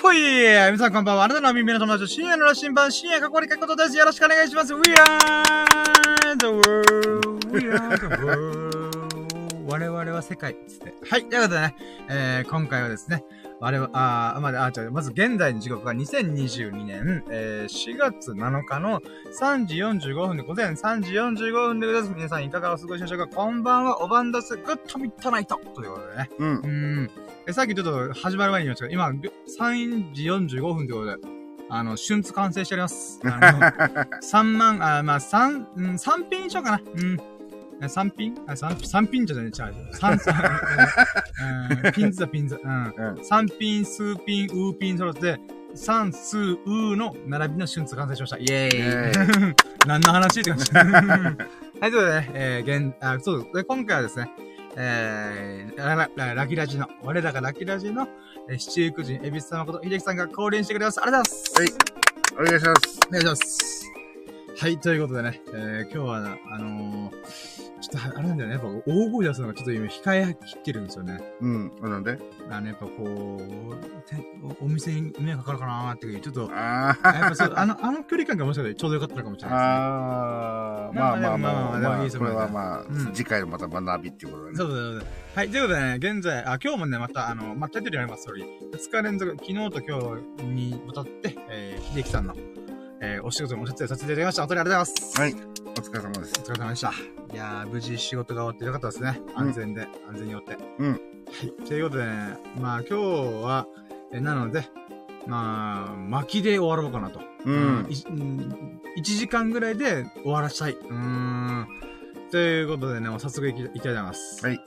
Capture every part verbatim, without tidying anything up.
ほいー皆さんこんばんは。あなたの耳の友達、深夜の羅針盤、深夜かこりかことです。よろしくお願いします。We are the world. We are the world. 我々は世界。つって。はい。ということでね、えー、今回はですね、我々、あー、まあ、あ、じゃまず現在の時刻がにせんにじゅうにねん、えー、しがつなのかのさんじよんじゅうごふんで、ごぜんさんじよんじゅうごふんでございます。皆さんいかがお過ごしでしょうか。こんばんは、おばんだす、グッドミッドナイトということでね。 うん。 うん。え、さっきちょっと始まる前に言いましたけど、今、さんじよんじゅうごふんということで、あの、春ツ完成しております。あの、さんまん、あ、まあ、さん、うん、さんピンしようかな。うん。さんピンあ、さん、さんピンじゃない、違う。さん、さん、ピンズだ、ピンズ。うん。さんピン、数ピン、ウーピン揃って、さん、数、ウーの並びの春ツ完成しました。イェーイ何の話って感じ。はい、ということでね、えー、現、あ、そうで、今回はですね、えー、ラ、ラ、ラキラジの、我らがラキラジの、えー、七福神、エビス様こと、秀樹さんが降臨してくれます。ありがとうございます。 はい。お願いします。 お願いします。はい、ということでね、えー、今日は、あのー、ちょっと、あれなんだよね、やっぱ大声出すのがちょっと今控え切ってるんですよね。 うん、なんであの、やっぱこう、お, お店に迷惑かかるかなーっていう、ちょっと、 ああやっぱそう、あの、あの距離感がもしかしたらちょうどよかったのかもしれないですね。 ああ、まあまあまあまあ、まあ、これはまあ、うん、次回のまた学びっていうことだね。 そうそうそう。はい、ということでね、現在、あ、今日もね、また、あの、まあ、タイトルにあります通り、ふつか連続、昨日と今日にわたって、えー、秀樹さんの、えー、お仕事のお手伝いさせていただきました。本当にありがとうございます。 はい。お疲れ様です。 お疲れ様でした。いやー、無事仕事が終わってよかったですね。安全で、うん、安全に終わって。 うん。はい。ということでね、まあ今日は、え、なので、まあ、巻きで終わろうかなと。 うん。うん、 いちじかんぐらいで終わらしたい。うーん。ということでね、もう早速いき、いきたいと思います。 はい。 うん。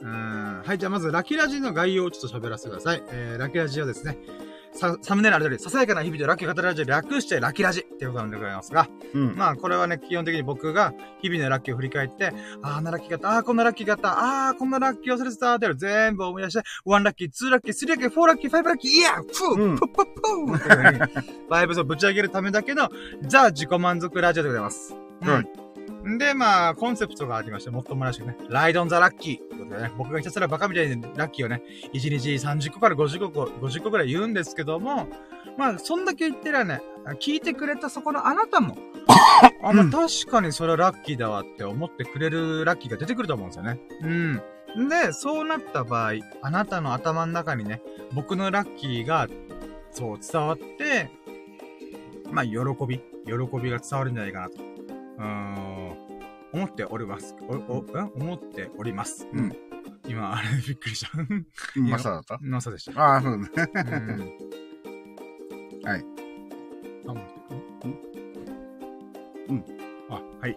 はい、じゃあまず、ラキラジの概要をちょっと喋らせてください。えー、ラキラジはですね、サ, サムネイルある通り、ささやかな日々でラッキー語るラジオ略してラキラジっていうことなんでございますが、うん、まあこれはね、基本的に僕が日々のラッキーを振り返って、あー、あんなラッキーがあった、あー、こんなラッキーがあった、あー、こんなラッキー忘れてたっていうの全部思い出して、ワンラッキー、ツーラッキー、スリーラッキー、フォーラッキー、ファイブラッキー、イヤーフー、うん、ポッポッポーっていう風に、バイブスをぶち上げるためだけの、ザ・自己満足ラジオでございます。うん。うん、で、まあ、コンセプトがありまして、もっともらしくね、ライドオンザラッキーということでね、僕がひたすらバカみたいにラッキーをね、いちにちさんじゅっこからごじゅっこ、ごじゅっこくらい言うんですけども、まあ、そんだけ言ってりゃね、聞いてくれたそこのあなたも、あ、まあ、確かにそれはラッキーだわって思ってくれるラッキーが出てくると思うんですよね。うん。で、そうなった場合、あなたの頭の中にね、僕のラッキーが、そう伝わって、まあ、喜び、喜びが伝わるんじゃないかなと。うーん、思っております。お、お、思っております。うん。今、あれ、びっくりした。 マサだったマサでした。 ああ、そうだね。うん。はい。 あ、もう、うん。うん。あ、はい。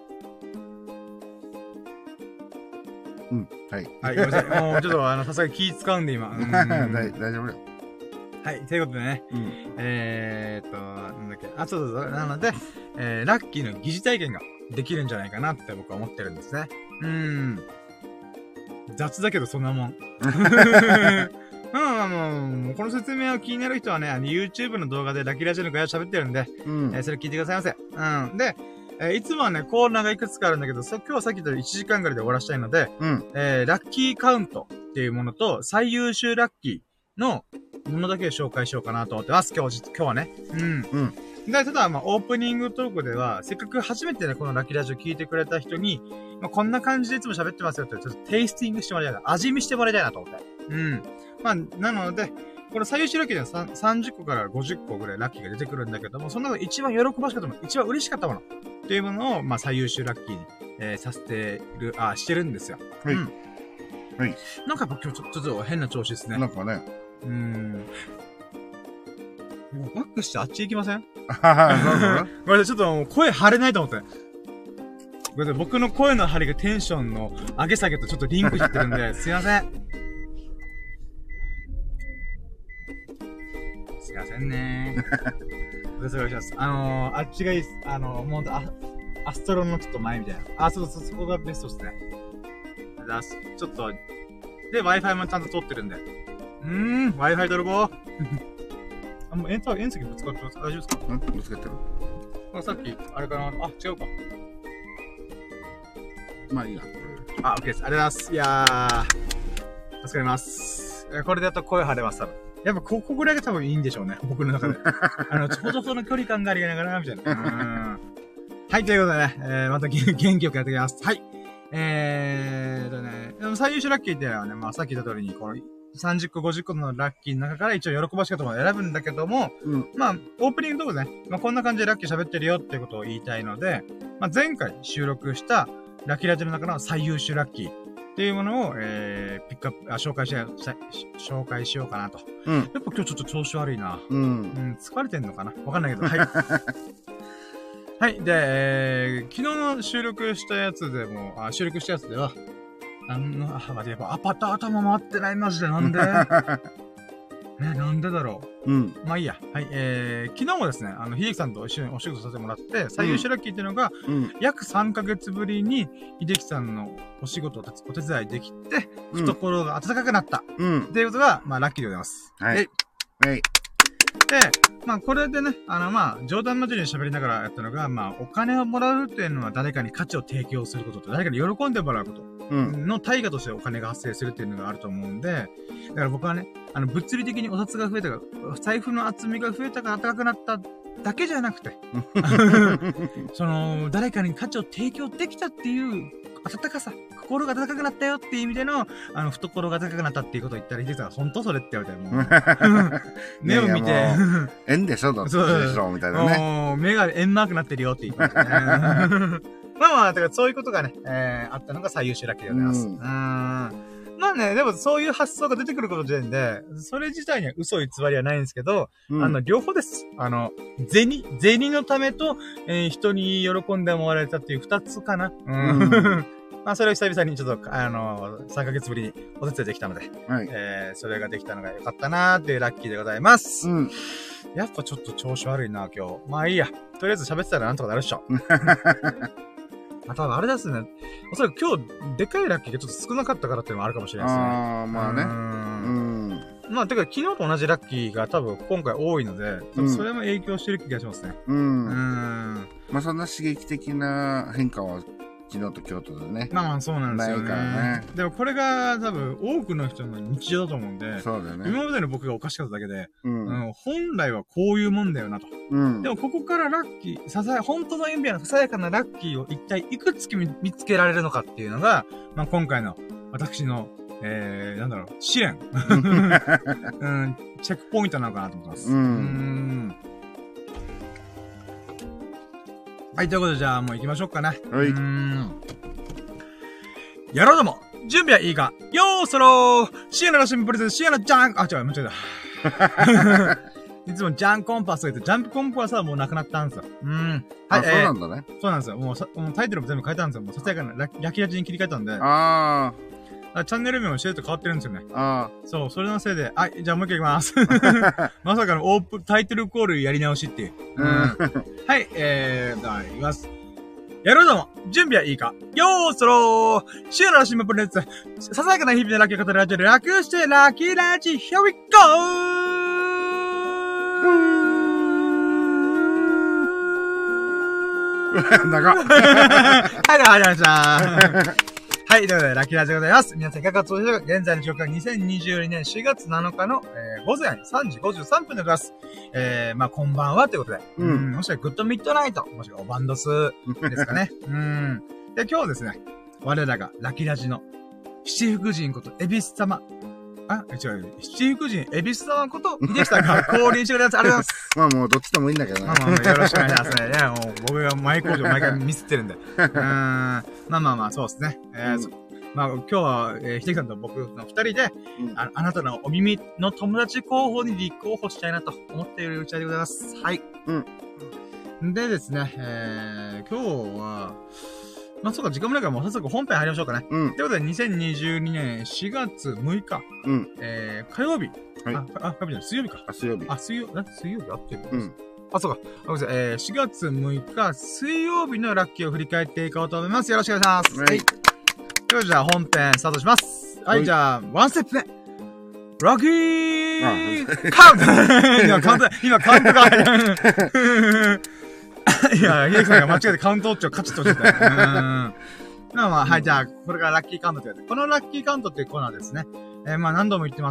うん。はい。 はい、ごめんなさい。もう、ちょっと、あの、さすがに気使うんで、今。うん大丈夫だよ。 はい、ということでね。うん、えーっと、なんだっけ。あ、そうそうそう。なので、えー、ラッキーの疑似体験ができるんじゃないかなって僕は思ってるんですね。うーん。雑だけどそんなもん。まあもう、この説明を気になる人はね、あの YouTube の動画でラッキーラジオの概要喋ってるんで、うん、えー、それ聞いてくださいませ。うん。で、えー、いつもはね、コーナーがいくつかあるんだけど、そ今日はさっき言ったいちじかんぐらいで終わらしたいので、うん、えー、ラッキーカウントっていうものと、最優秀ラッキーのものだけを紹介しようかなと思ってます。今日、今日はね。うん。うん。で、ただ、まあ、オープニングトークでは、せっかく初めてね、このラッキーラジオ聞いてくれた人に、まあ、こんな感じでいつも喋ってますよって、ちょっとテイスティングしてもらいたいな。味見してもらいたいなと思って。うん。まあ、なので、この最優秀ラッキーではさんじゅっこからごじゅっこぐらいラッキーが出てくるんだけども、その中で一番喜ばしかったもの、一番嬉しかったもの、っていうものを、まあ、最優秀ラッキーに、えー、させてる、あ、してるんですよ。 はい。 うん。 はい。 なんかやっぱ今日ちょっと変な調子ですね。 なんかね。 うーん。バックしてあっち行きません？ごめんなさい、ちょっともう声張れないと思って。ごめんなさい、僕の声の張りがテンションの上げ下げとちょっとリンクしてるんで、すいません。すいませんねー。お願いします。あのー、あっちがいいっす。あのー、もうア、アストロのちょっと前みたいな。あ、そうそう、そこがベストっすね。ちょっと、で、Wi-Fi もちゃんと通ってるんで。うーん、Wi-Fi 泥棒。あ、もう遠遠赤ぶつかってます。大丈夫ですか？ んぶつかってる？ あ、さっき、あれかなあ、違うか。 まあいいや。 あ、OK です。ありがとうございます。いやー、助かります。これでやっと声張れます、多分。 やっぱここぐらいが多分いいんでしょうね。僕の中で。あの、ちょうどその距離感がありながら、みたいな。うん。はい、ということでね、えー、また元気よくやっていきます。はい。えーとね、最優秀ラッキーっていうのはね、まあさっき言った通りに、このさんじゅっこ、ごじゅっこのラッキーの中から一応喜ばし方も選ぶんだけども、うん、まあ、オープニングとかね、まあこんな感じでラッキー喋ってるよっていうことを言いたいので、まあ前回収録したラッキーラジオの中の最優秀ラッキーっていうものを、えー、ピックアップ、あ、紹介し、紹介しようかなと。うん。やっぱ今日ちょっと調子悪いな。うん。うん、疲れてんのかなわかんないけど、はい。はい。で、えー、昨日の収録したやつでも、あ、収録したやつでは、あの、あ、待って、やっぱ、あ、パタ頭回ってない、マジで。なんでえ、なんでだろう。うん。まあいいや。はい。えー、昨日もですね、あの、秀樹さんと一緒にお仕事させてもらって、最優秀ラッキーっていうのが、うん、約さんかげつぶりに、秀樹さんのお仕事をお手伝いできて、うん、懐が温かくなった。うん。っていうことが、まあ、ラッキーでございます。 はい。はい。で、 まあ、これでね、あの、まあ、冗談交じりに喋りながらやったのが、まあ、お金をもらうっていうのは誰かに価値を提供することと、誰かに喜んでもらうことの対価としてお金が発生するっていうのがあると思うんで、だから僕はね、あの、物理的にお札が増えたか、財布の厚みが増えたから暖かくなっただけじゃなくて、その、誰かに価値を提供できたっていう温かさ、心が温かくなったよっていう意味での、あの、懐が温かくなったっていうことを言ったら、秀樹さんが本当それって言われて、もう、目を見て、 円でしょ、どっちでしょ、みたいなね。 もう、目が円マークになってるよって言ってましたね。まあまあ、だからそういうことがね、えー、あったのが最優秀ラッキーでございます。うん。うんまあね、でもそういう発想が出てくること時点で、それ自体には嘘偽りはないんですけど、うん、あの、両方です。あの、銭、銭のためと、えー、人に喜んでもらえたっていう二つかな。うん。うんまあ、それを久々にちょっと、あの、さんかげつぶりにお手伝いできたので、はい、えー、それができたのが良かったなーっていうラッキーでございます。うん。やっぱちょっと調子悪いな、今日。まあいいや。とりあえず喋ってたらなんとかなるっしょ。あ、多分あれですね。おそらく今日、でかいラッキーがちょっと少なかったからっていうのもあるかもしれないですね。 ああ、まあね。うん。まあ、てか昨日と同じラッキーが多分今回多いので、多分それも影響してる気がしますね。うん。うん。 まあそんな刺激的な変化は、昨日と京都でね。 まあまあそうなんですよね。ないからね。でもこれが多分多くの人の日常だと思うんで、 そうだよね。 今までの僕がおかしかっただけで、うん、うん、本来はこういうもんだよなと。うん、でもここからラッキー、ささや、本当の意味でのささやかなラッキーを一体いくつ見つけられるのかっていうのが、まあ今回の私の、えー、なんだろう、試練。うん、チェックポイントなのかなと思ってます。うん。うんはい、ということで、じゃあもう行きましょうかね。はい。うーん。やろうども準備はいいかよーそろーシアナのシンプルです。シアナジャンあ、違う、間違えた。いつもジャンコンパスと言って、ジャンプコンパスはもうなくなったんですよ。うん。 はい、そうなんだね、 えー。そうなんですよ。もうさ、もうタイトルも全部変えたんですよ。もうささやかなラキラキに切り替えたんで。 あー。 チャンネル名もしてると変わってるんですよね。ああ。そう、それのせいで、はい、じゃあもう一回いきます。まさかのオープン、タイトルコールやり直しっていう。うん。はい、えー、じゃあ、いきます。やろうども準備はいいかよーそろーシアナのシンプルです。ささやかな日々のラッキー語るラジオで楽してラッキーラジ Here we go! 長っ。はい、 どうも、始まりました。はい、ということで、ラッキーラジでございます。皆さんいかがお過ごしでしょうか。現在の時刻はにせんにじゅうにねんしがつなのかの、えー、午前さんじごじゅうさんぷんでございます。えー、まあ、こんばんはということで。うん。うんもしくはグッドミッドナイト。もしくはおバンドスですかね。うん。で、今日ですね、我らがラッキーラジの七福神ことエビス様。あ、違う。七福神エビス様こと秀樹さんが降臨してくれます。ありがとうございます。 まあもうどっちでもいいんだけどね。 まあまあ、よろしくお願いしますね。いや、もう僕が前工場毎回ミスってるんで。うーん。まあまあまあ、そうですね。えーうんまあ、今日は、えー、秀樹さんと僕の二人で、うんあ、あなたのお耳の友達候補に立候補したいなと思っているうちでございます。はい。うん。でですね、えー、今日は、まあ、そうか、時間もないからもう早速本編入りましょうかね。うん。ということで、にせんにじゅうにねんしがつむいか。うん。えー、火曜日。はい。あ、あ、火曜日じゃない、水曜日か。 あ、水曜日。 あ、水曜、な、水曜日あってるんです。うん。あ、そうか。ごめんなさい。えー、しがつむいか、水曜日のラッキーを振り返っていこうと思います。よろしくお願いします。はい。ということで、じゃあ本編スタートします。はい、はい、じゃあ、ワンステップ目。ラッキーカウント今カウント、今カウントがいや、秀樹さんが間違えてカウントウォッチをカチッと押してた。うん。まあまあ、はい、じゃあ、これがラッキーカウントということで、このラッキーカウントっていうコーナーですね。えー、まあ何度も言ってますが、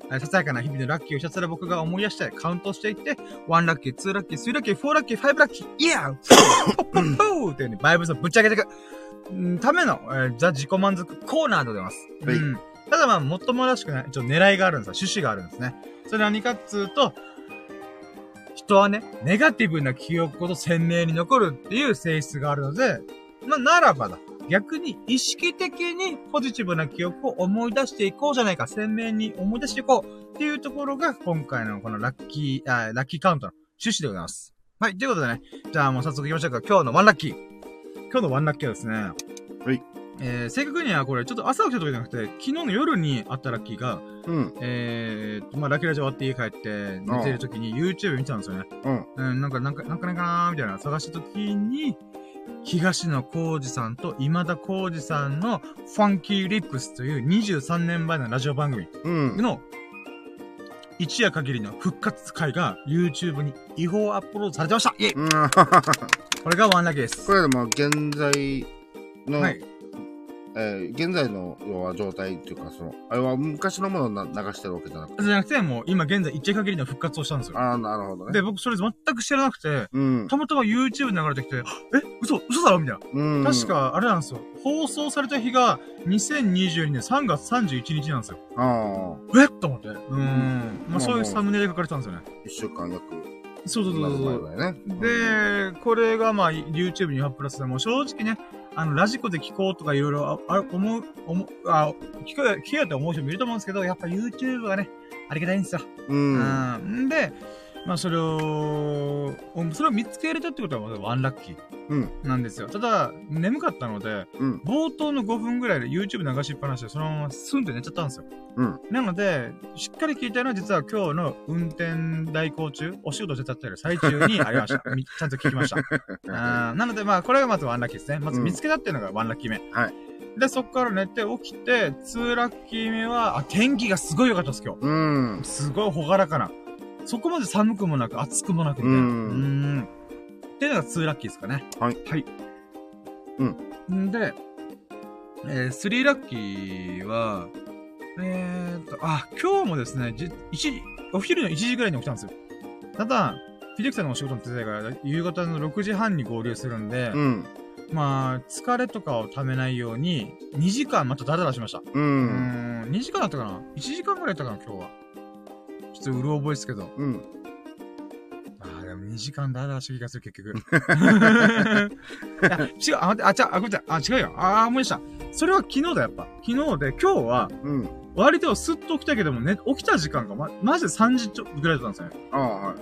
ささやかな日々のラッキーをひたすら僕が思い出してカウントしていって、ワンラッキー、ツーラッキー、スリーラッキー、フォーラッキー、ファイブラッキー、イヤーポッポッポーっていうね、バイブスをぶち上げていく、んための、えー、ザ自己満足コーナーでございます。うん。ただまあ、もっともらしくない、ちょっと狙いがあるんですよ。趣旨があるんですね。それは何かっつうと、人はね、ネガティブな記憶ほど鮮明に残るっていう性質があるので、まあ、ならばだ。逆に意識的にポジティブな記憶を思い出していこうじゃないか、鮮明に思い出していこうっていうところが今回のこのラッキー、あラッキーカウントの趣旨でございます。はい、ということでね、じゃあもう早速行きましょうか。今日のワンラッキー。今日のワンラッキーはですね、はい。えー、正確にはこれちょっと朝起きた時じゃなくて、昨日の夜にあったラッキーが、うん。えーと、まあ、ラッキーラジオ終わって家帰って寝てる時に YouTube 見てたんですよね。うん。うん、なんか、なんか、なんかないかなーみたいな探した時に、東野幸治さんと今田耕司さんのファンキーリップスというにじゅうさんねんまえのラジオ番組の一夜限りの復活会が YouTube に違法アップロードされてました。イェイこれがワンラッキーです。 これでも現在の、はい、えー、現在の要は状態っていうか、その、あれは昔のものを流してるわけじゃなくて。 じゃなくて、もう今現在一夜限りの復活をしたんですよ。 ああ、なるほどね。 で、僕それ全く知らなくて、うん、たまたま YouTube に流れてきて、え嘘嘘だろみたいな。うん、確か、あれなんですよ。放送された日がにせんにじゅうにねんさんがつさんじゅういちにちなんですよ。ああ。えっと思って。うん。まあそういうサムネで書かれてたんですよね。 一週間約。 そうそうそうそう。ね、で、これがまあ YouTube にアップロードされても正直ね、あの、ラジコで聞こうとかいろいろ、あ、思う、思う、あ、聞く、聞けよって思う人もいると思うんですけど、やっぱ YouTube はね、ありがたいんですよ。うん。うん。で、まあそれを、それを見つけられたってことはワンラッキー。うん。なんですよ。ただ、眠かったので、うん、冒頭のごふんぐらいで YouTube 流しっぱなしでそのままスンって寝ちゃったんですよ。うん。なので、しっかり聞いたのは実は今日の運転代行中、お仕事してたってる最中にありました。ちゃんと聞きました。あなのでまあこれがまずワンラッキーですね。まず見つけたっていうのがワンラッキー目。うん、はい。で、そっから寝て起きて、ツーラッキー目は、あ、天気がすごい良かったです今日。うん。すごいほがらかな。そこまで寒くもなく、暑くもなくて。うん。うんっていうのがツーラッキーですかね。はい。はい。うん。んで、えー、スリーラッキーは、えーっと、あ、今日もですね、じ、一、お昼のいちじぐらいに起きたんですよ。ただ、フィデクさんのお仕事の手伝いが夕方のろくじはんに合流するんで、うん。まあ、疲れとかをためないように、にじかんまたダラダラしました。うん。うん、にじかんだったかな ?いち 時間ぐらいだったかな今日は。ちょっとうる覚えですけど。うん。ああ、でもにじかんダラダラした気がする、結局。いや、違う、あ、あ、ちゃ、あ、ごめんなさい。あ、違うよ。ああ、思い出した。それは昨日だ、やっぱ。昨日で、今日は、うん。割とスッと起きたけどもね、起きた時間がま、マジでさんじちょっとぐらいだったんですよね。ああ、はい。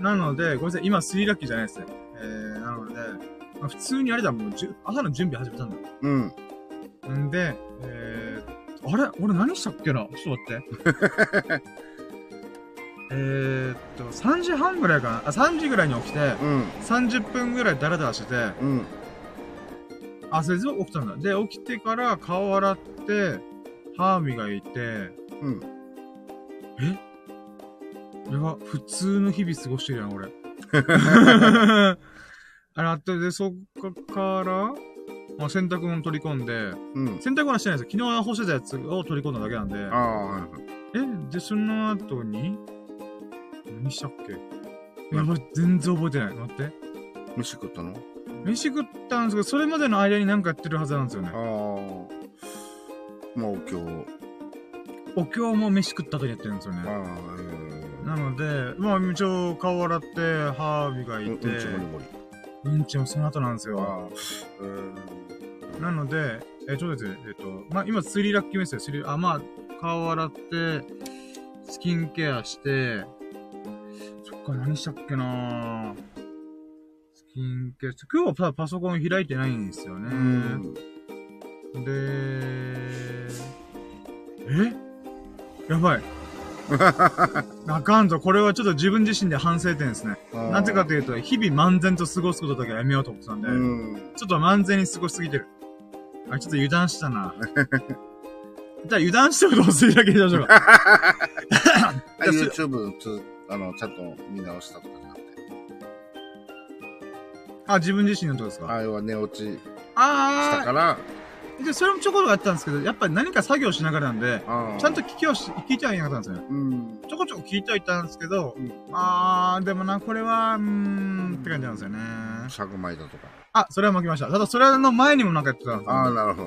なので、ごめんなさい。今スリーラッキーじゃないですね。えー、なので、まあ、普通にあれだ、もう、じゅ、朝の準備始めたんだ。うん。んで、えー、あれ俺何したっけなちょっと待って。えーっと、さんじはんぐらいかなあ、さんじぐらいに起きて、うん、さんじゅっぷんぐらいダラダラしてて、うん、あ、それで起きたんだ。で、起きてから顔洗って、歯磨いて、うん、えこれは普通の日々過ごしてるやん、俺。あれ、あって、で、そっから、まあ、洗濯物取り込んで、うん、洗濯物はしてないですよ。昨日干してたやつを取り込んだだけなんで。あはい、え、で、その後に、何したっけやばい、全然覚えてない。待って。 飯食ったの飯食ったんですけど、それまでの間に何かやってるはずなんですよね。ああ。 まあ、お経。 お経も飯食った後にやってるんですよね。ああ、えー、なので、まあ、一応顔洗って、歯磨いて。うんちもりもり。うんちもその後なんですよ。あえー、なので、えー、ちょっとですね、えっ、ー、と、まあ、今スリーラッキー目ですよ。スリー、あ、まあ、顔洗って、スキンケアして、そっか、何したっけなぁ。スキンケアして、今日はパソコン開いてないんですよね。で、えやばい。あかんぞ。これはちょっと自分自身で反省点ですね。なぜかというと、日々漫然と過ごすことだけやめようと思ってたんで、ちょっと漫然に過ごしすぎてる。あ、ちょっと油断したな。じゃあ油断してることをするだけにしましょうか。 YouTube つ、あの、ちゃんと見直したとかじゃなくて。 あ、自分自身のことですか？ あれは寝落ちしたから。 で、それもちょこちょこやってたんですけど、やっぱり何か作業しながらなんで、ちゃんと聞きはし、聞いてはいなかったんですよね。うん。ちょこちょこ聞いてはいたんですけど、うん、あー、でもな、これは、うーん、って感じなんですよね。 尺巻いたとか。 あ、それは巻きました。ただ、それの前にもなんかやってたんですよ、ね。 あー、なるほど。うん。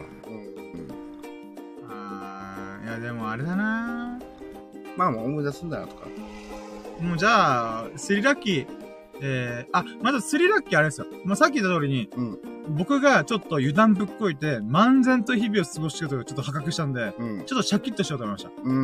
あー、いや、でもあれだなまあ、もう思い出すんだよ、とか。 もうじゃあ、スリラッキー、えー、あ、まずスリラッキーあれですよ。まあ、さっき言った通りに、うん、僕がちょっと油断ぶっこいて、漫然と日々を過ごしてるとちょっと破格したんで、うん、ちょっとシャキッとしようと思いました。うん。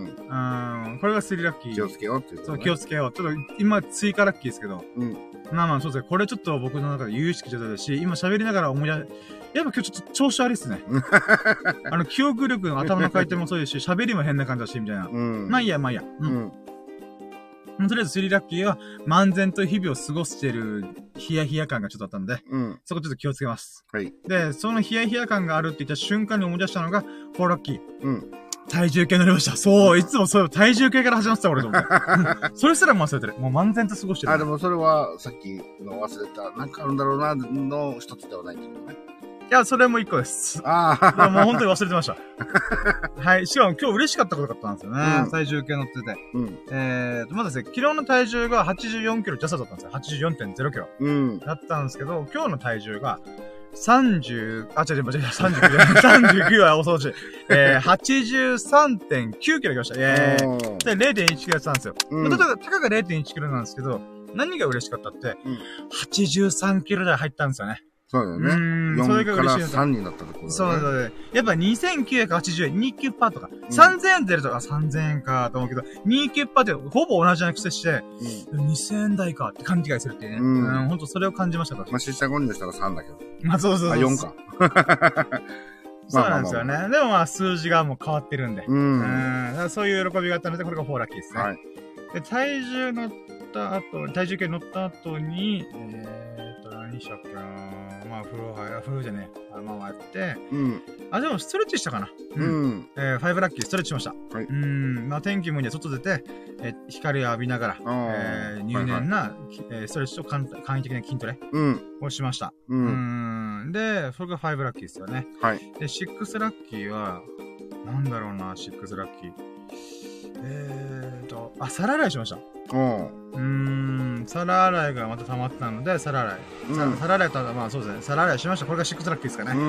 うん。これがスリラッキー。 気をつけようっていう、ね。 そう、気をつけよう。ちょっと今追加ラッキーですけど。うん。まあまあ、そうですね。これちょっと僕の中で有意識状態だし、今喋りながら思い出、やっぱ今日ちょっと調子悪いっすね。あの、記憶力の頭の回転もそうですし、喋りも変な感じだし、みたいな。うん。まあいいや、まあいいや。うん。うんとりあえずスリラッキーは漫然と日々を過ごしてるヒヤヒヤ感がちょっとあったんで、うん、そこちょっと気をつけます。はい。で、そのヒヤヒヤ感があるって言った瞬間に思い出したのが、フォーラッキー。うん。体重計乗りました。そう、いつもそう、体重計から始まってた俺と思って。うん、それすらも忘れてる。もう漫然と過ごしてる。 あ、でもそれはさっきの忘れた、なんかあるんだろうな、の一つではないけどね。 いや、それも一個です。ああ。もう本当に忘れてました。はい。しかも今日嬉しかったことだったんですよね。うん、体重計乗ってて。うん、えーと、まだですね、昨日の体重がはちじゅうよんキロジャストだったんですよ。はちじゅうよんてんゼロキロ。うん。だったんですけど、今日の体重がさんじゅう、あ、違う違う違う、さんじゅうきゅう、さんじゅうきゅうは恐ろしい。えー、はちじゅうさんてんきゅうキロきました。えー。で、れいてんいちキロやってたんですよ。うん。たかが れいてんいちキロなんですけど、何が嬉しかったって、うん、はちじゅうさんキロ台入ったんですよね。 そうだよね。うん。それが嬉しい。からさんになったところ、ね。 そうそう。やっぱにせんきゅうひゃくはちじゅうえん、にじゅうきゅうパーセントとか、うん、さんぜんえん出るとか、さんぜんえんかと思うけど、にじゅうきゅうパーセント ってほぼ同じような癖して、うん、にせんえん台かって勘違いするっていうね。うん。うん、ほんとそれを感じました。 まあ、しったごにしたらさんだけど。 まあ、そうそうそう。 あ、よんか。 そうなんですよね。でもまあ、数字がもう変わってるんで。うん。うん。そういう喜びがあったので、これがフォーラッキーですね。はい。で、体重乗った後、体重計乗った後に、えーと、何したっけなまあ、風呂入、風呂じゃねえ。まあ、まあ、やって、うん。あ、でも、ストレッチしたかな。うん。うん、えー、ファイブラッキー、ストレッチしました。はい。うん。まあ、天気もいいんで、外出て、えー、光を浴びながら、えー、入念な、はいはい、えー、ストレッチと簡易的な筋トレ、うん。をしました。うん。うんで、それがファイブラッキーですよね。はい。で、シックスラッキーは、なんだろうな、シックスラッキー。えーと、あ、皿洗いしました。うん。うーん、皿洗いがまた溜まってたので、皿洗い。うん、皿洗いと、まあそうですね。皿洗いしました。これがシックスラッキーですかね。うん。うん。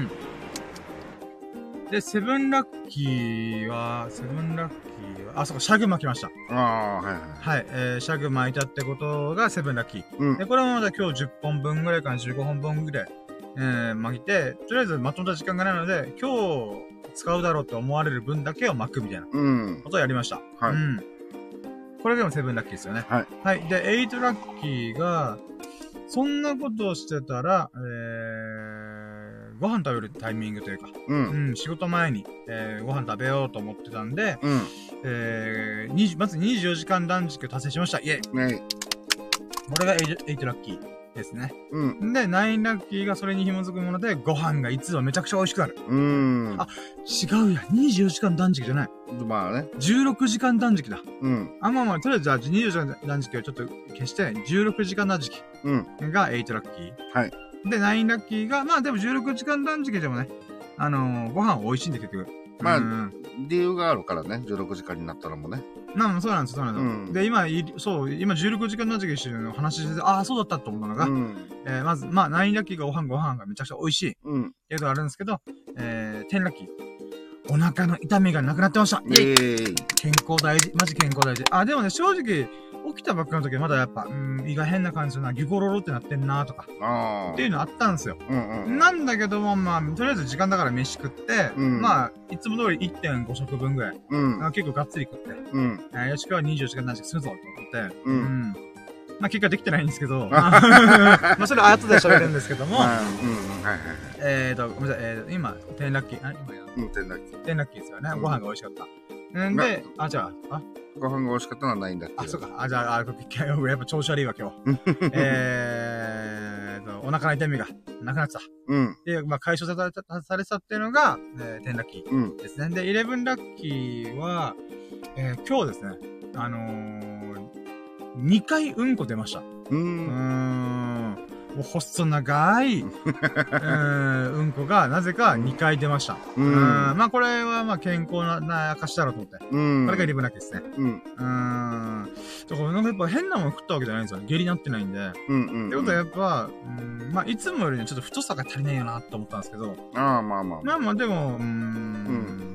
で、セブンラッキーは、セブンラッキーは、あ、そうか、シャグ巻きました。ああ、はいはい。はい、えー、シャグ巻いたってことがセブンラッキー。うん。で、これもまだ今日じゅっぽんぶんぐらいからじゅうごほんぶんぐらい、えー、巻いて、とりあえずまとめた時間がないので、今日使うだろうと思われる分だけを巻くみたいなことをやりました。はい。うん。これでもセブンラッキーですよね。はい。はい。で、エイトラッキーが、そんなことをしてたら、えー、ご飯食べるタイミングというか、うん。うん、仕事前に、えー、ご飯食べようと思ってたんで、うん。えー、にじゅうまずにじゅうよじかん断食を達成しました。イェイ。ね。これがエイトラッキーですね。うん。で、ナインラッキーがそれに紐づくもので、ご飯がいつもめちゃくちゃ美味しくなる。うーん。あ、違うや。にじゅうよじかん断食じゃない。 まあね。 じゅうろくじかん断食だ。うん。あ、まあまあ、とりあえずじゃあにじゅうよじかん断食をちょっと消して、じゅうろくじかん断食。うん。がエイトラッキー。はい。で、ナインラッキーが、まあでもじゅうろくじかん断食でもね、あのー、ご飯美味しいんで結局。 まあ、うん、理由があるからね、じゅうろくじかんになったのもね。 なん、そうなんです、そうなんです。うん、で、今、そう、今じゅうろくじかん断食してるの話してて、ああ、そうだったと思うのが、うん、えー、まず、まあ、ナインラッキーがご飯、ご飯がめちゃくちゃ美味しい。うん。っていうのがあるんですけど、えー、テンラッキー。お腹の痛みがなくなってました。えー、健康大事。マジ健康大事。あ、でもね、正直、起きたばっかの時はまだやっぱ、うん、胃が変な感じするな、ギゴロロってなってんなとか、っていうのあったんですよ。うんうん、なんだけども、まあ、とりあえず時間だから飯食って、うん、まあ、いつも通り いってんご 食分ぐらい、うん、結構がっつり食って、うん、えー、よしくはにじゅうよじかん断食するぞと思って、うん。うん、まあ、結果できてないんですけど、まあ、それは後で喋るんですけども、えーと、ごめんなさい、えーと、今、テンラッキー、あ、今や、 うん、テンラッキー。 テンラッキーですよね。ご飯が美味しかった。んで、あ、じゃあ、あご飯が美味しかったのはないんだっけど。 あ、そうか。あ、じゃあ、あ、やっぱ調子悪いわ、今日。えーと、お腹の痛みがなくなってた。うん。で、まあ、解消された、されたっていうのが、えー、テンラッキーですね。うん、で、イレブンラッキーは、えー、今日ですね、あのー、にかいうんこ出ました。うーん。うーん。 もう細長い、うーん、うんこがなぜかにかい出ました。 うん。 うんまあこれはまあ健康な、な証だろうと思って。 うん。 これがリブラッキーですね。 うん。 うーん。だからなんかやっぱ変なもの食ったわけじゃないんですよね。下痢になってないんで。 うんうん。 ってことはやっぱ、うん、まあいつもよりねちょっと太さが足りないよなって思ったんですけど。 ああ、まあまあ。 まあまあでも、うーん。うん、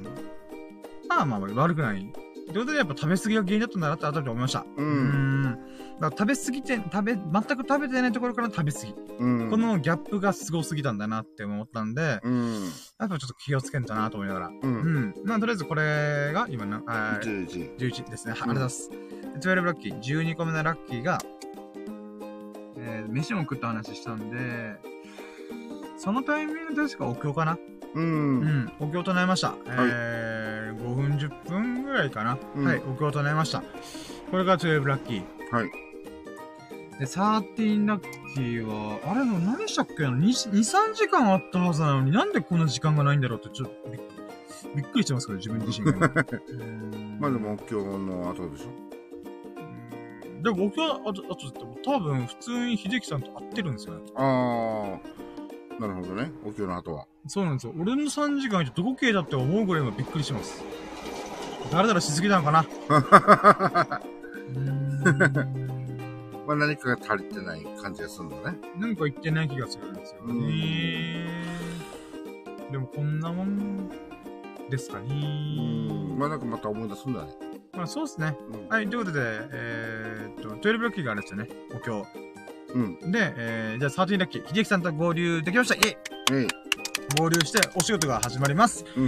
まあまあ悪くない。ってことでやっぱ食べ過ぎが原因だったんだなって改めて思いました。 うん。 うんだから食べ過ぎて、食べ、全く食べてないところから食べ過ぎ。うん、このギャップがすごすぎたんだなって思ったんで、うん、やっぱちょっと気をつけんだなと思いながら。うん。うん。まあ、とりあえずこれが、今な、あじゅういち。 じゅういちですね。はい、ありがとうございます。じゅうにラッキー。じゅうにこめのラッキーが、えー、飯も食った話したんで、そのタイミングで確かお経かなうん。うん。お経唱えました。はい、えー、ごふんじゅっぷんぐらいかな。うん、はい。お経唱えました。これがじゅうにラッキー。はい。で、さんじゅうラッキーは、あれの何したっけな ?に、さんじかんあったはずなのに、なんでこんな時間がないんだろうって、ちょっとびっ、びっくりしてますけど、自分自身が。 まあでも、お経の後でしょうんでも、お経の後、後って多分、普通に秀樹さんと会ってるんですよね。 ああ。なるほどね。お経の後は。 そうなんですよ。俺のさんじかんってどこ系だって思うぐらい今びっくりします。誰々しすぎたのかなうーんまあ何かが足りてない感じがするんだね。 なんか言ってない気がするんですよね。でもこんなもんですかね。 うんまあなんかまた思い出すんだね。 まあそうですね。うん、はい、ということで、えー、っと、じゅうにラッキーがあるんですよね。お経。うん。で、えー、じゃあさんじゅうラッキー。秀樹さんと合流できました。イェイ、イェイ合流してお仕事が始まります。うん。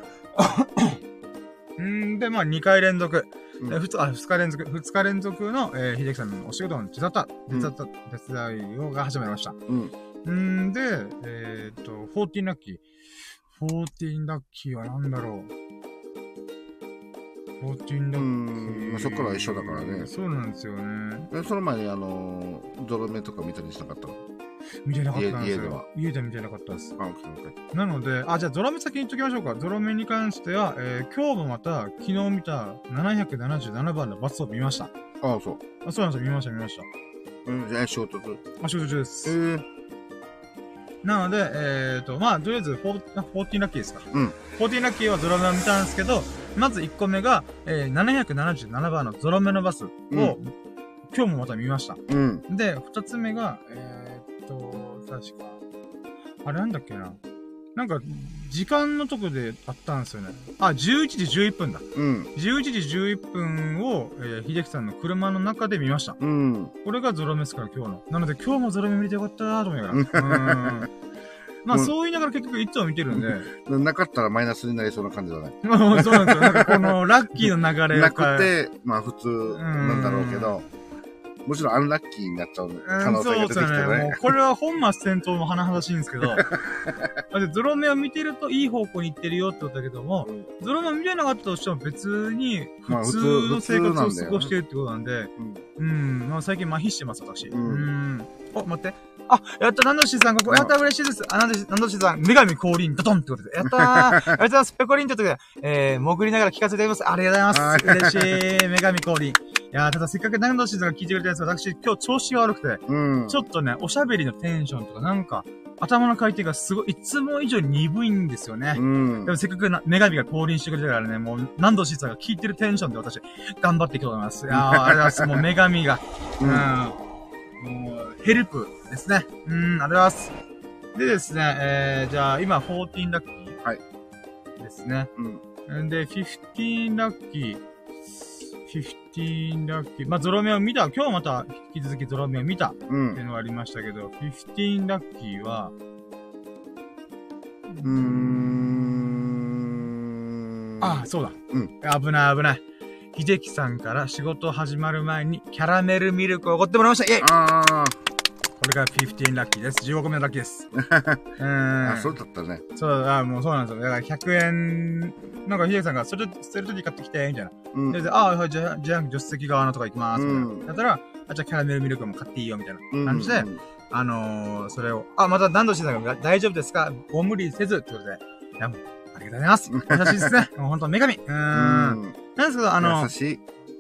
んで、まあにかい連続。うん、ふつ、あ、ふつか連続、ふつか連続の、えー、秀樹さんのお仕事の手伝った、手伝った、うん、手伝いをが始まりました。うん。んで、えー、っと、じゅうよんラッキー。じゅうよんラッキーはなんだろう。じゅうよんラッキー。うん、 まあ、そっからは一緒だからね。 そうなんですよね。 その前にあのー、ゾロ目とか見たりしなかったの？ 見てなかったんですよ。 家では。 家で見てなかったです。 あ、オッケーオッケー。 なので、あ、じゃあゾロ目先に言っときましょうか。ゾロ目に関しては、えー、今日もまた、昨日見たななひゃくななじゅうななばんのバスを見ました。 ああ、そう。 あ、そうなんですよ。見ました、見ました。 うん、じゃあ仕事中？ あ、仕事中です。 へえー。 なので、えーと、まあ、とりあえず、じゅうよんラッキーですか。うん。じゅうよんラッキーはゾロ目を見たんですけど、まずいっこめが、えー、ななひゃくななじゅうななばんのゾロ目のバスを、うん、今日もまた見ました。うん。で、ふたつめが、えーと、確か、あれなんだっけな。なんか、時間のとこであったんですよね。あ、じゅういちじじゅういっぷんだ。うん。じゅういちじじゅういっぷんを、えー、秀樹さんの車の中で見ました。うん。これがゾロ目ですから、今日の。なので、今日もゾロ目見れてよかったーと思いながら。うん。まあ、そう言いながら結局いつも見てるんで。 なかったらマイナスになりそうな感じだね。 そうなんですよ。なんかこのラッキーの流れが。なくて、まあ普通なんだろうけど、もちろんアンラッキーになっちゃう可能性が出てきてね。そうですね。もうこれは本末転倒も甚だしいんですけど、だってゾロ目を見てるといい方向に行ってるよってことだけども、うん、ゾロ目を見れなかったとしても別に普通の生活を過ごしてるってことなんで、まあ、うん、うん。まあ最近麻痺してます、私。うん。うんお、待って。あ、やった、ナンドシーさん、ここ、やった、嬉しいです。あ、ナンドシー、ナンドシーさん、女神降臨、ドトンってことで。やったー。ありがとうございます。ペコリンってことで、えー、潜りながら聞かせていただきます。ありがとうございます。嬉しい。女神降臨。いやー、ただせっかくナンドシーさんが聞いてくれたやつ、私、今日調子が悪くて、うん、ちょっとね、おしゃべりのテンションとか、なんか、頭の回転がすごい、いつも以上に鈍いんですよね。うん、でもせっかくな女神が降臨してくれたからね、もう、ナンドシーさんが聞いてるテンションで私、頑張っていきたいと思います。いやー、ありがとうございます。もう女神が、うん、もう、ヘルプですね。うん、ありがとうございます。でですね、えー、じゃあ、今、じゅうよんラッキー。はい。ですね。うん。で、じゅうごラッキー。じゅうごラッキー。まあ、ゾロ目を見た。今日また、引き続きゾロ目を見た。うん。っていうのがありましたけど、じゅうごラッキーは、うーん。ああ、そうだ。うん。危ない危ない。秀樹さんから仕事始まる前にキャラメルミルクをおごってもらいました。イェイあー。これがじゅうごラッキーです。じゅうごこめのラッキーです。うん。 あ、そうだったね。 そう、あ、もうそうなんですよ。だからひゃくえん、なんか秀樹さんがそれ、捨てるとき買ってきて、みたいな。うん。で、ああ、はい、じゃあ、じゃあ、助手席側のとか行きます。みたいな。うん、だったら、あ、じゃあキャラメルミルクも買っていいよ、みたいな感じで、うんうん、あのー、それを、あ、また何度してたか大丈夫ですかご無理せず、ってことで。いや、もうありがとうございます。優しいですね。もうほんと、女神。うーん。なんですけど、あの、 優しい。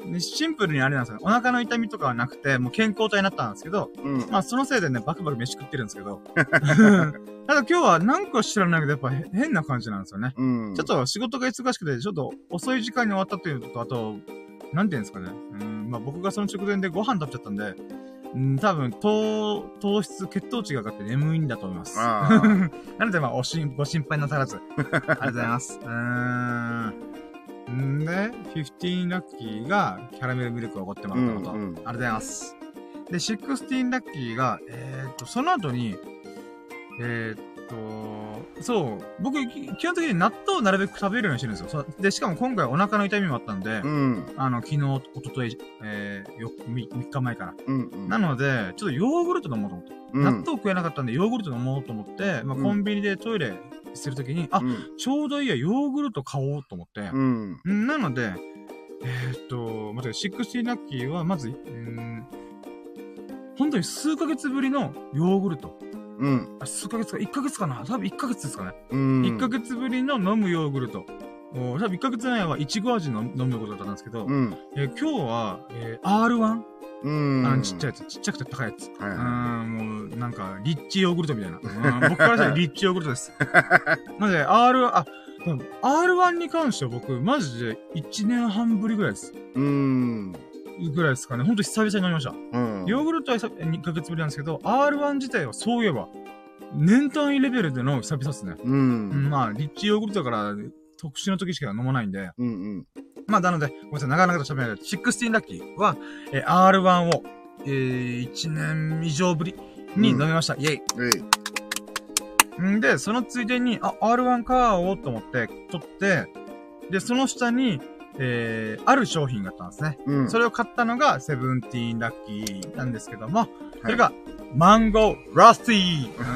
シンプルにあれなんですよね。お腹の痛みとかはなくて、もう健康体になったんですけど、うん、まあそのせいでね、バクバク飯食ってるんですけど。ただ今日はなんか知らないけど、やっぱ変な感じなんですよね。うん、ちょっと仕事が忙しくて、ちょっと遅い時間に終わったというのと、あと、なんていうんですかね。うん、まあ僕がその直前でご飯食べちゃったんで、うん、多分、糖、糖質、血糖値が上がって眠いんだと思います。なので、まあ、おしん、ご心配なさらず。ありがとうございます。うーん。んで、じゅうごラッキーがキャラメルミルクをおごってもらったこと。うんうん、ありがとうございます。で、じゅうろくラッキーが、えーっと、その後に、えーっと、そう、僕、基本的に納豆をなるべく食べるようにしてるんですよ。で、しかも今回お腹の痛みもあったんで、うん、あの、昨日、おととい、えー、よ、みっかまえから。うんうん、なので、ちょっとヨーグルト飲もうと思って。うん、納豆食えなかったんで、ヨーグルト飲もうと思って、まあ、コンビニでトイレするときに、うん、あ、ちょうどいいや、ヨーグルト買おうと思って。うん、なので、えー、っと、待って、じゅうろくラッキーは、まず、うーん、本当に数ヶ月ぶりのヨーグルト。うん。数ヶ月か、いっかげつかな多分いっかげつですかね。うん。いっかげつぶりの飲むヨーグルト。多分いっかげつまえはいちご味の飲むヨーグルトだったんですけど、うん、えー、今日は、えー、アールワン? うん。あの、ちっちゃいやつ。ちっちゃくて高いやつ。はい、はい。うん、もう、なんか、リッチヨーグルトみたいな。うん、僕からしたらリッチヨーグルトです。なので、R、あ、アールワン に関しては僕、マジでいちねんはんぶりぐらいです。うーん。ぐらいですかね。ほんと久々に飲みました。うん。ヨーグルトはにかげつぶりなんですけど、アールワン 自体はそういえば、年単位レベルでの久々ですね。うん。うん、まあ、リッチヨーグルトだから、特殊な時しか飲まないんで。うんうん。まあ、なので、ごめんなさい、なかなかと喋れない。じゅうろくラッキーは、えー、アールワン を、えー、いちねん以上ぶりに飲みました。うん、イェイ。イェイ。んで、そのついでに、あ、アールワン 買おうと思って、取って、で、その下に、えー、ある商品があったんですね。うん。それを買ったのが、セブンティーンラッキーなんですけども、はい、それが、マンゴーラスティー、うん、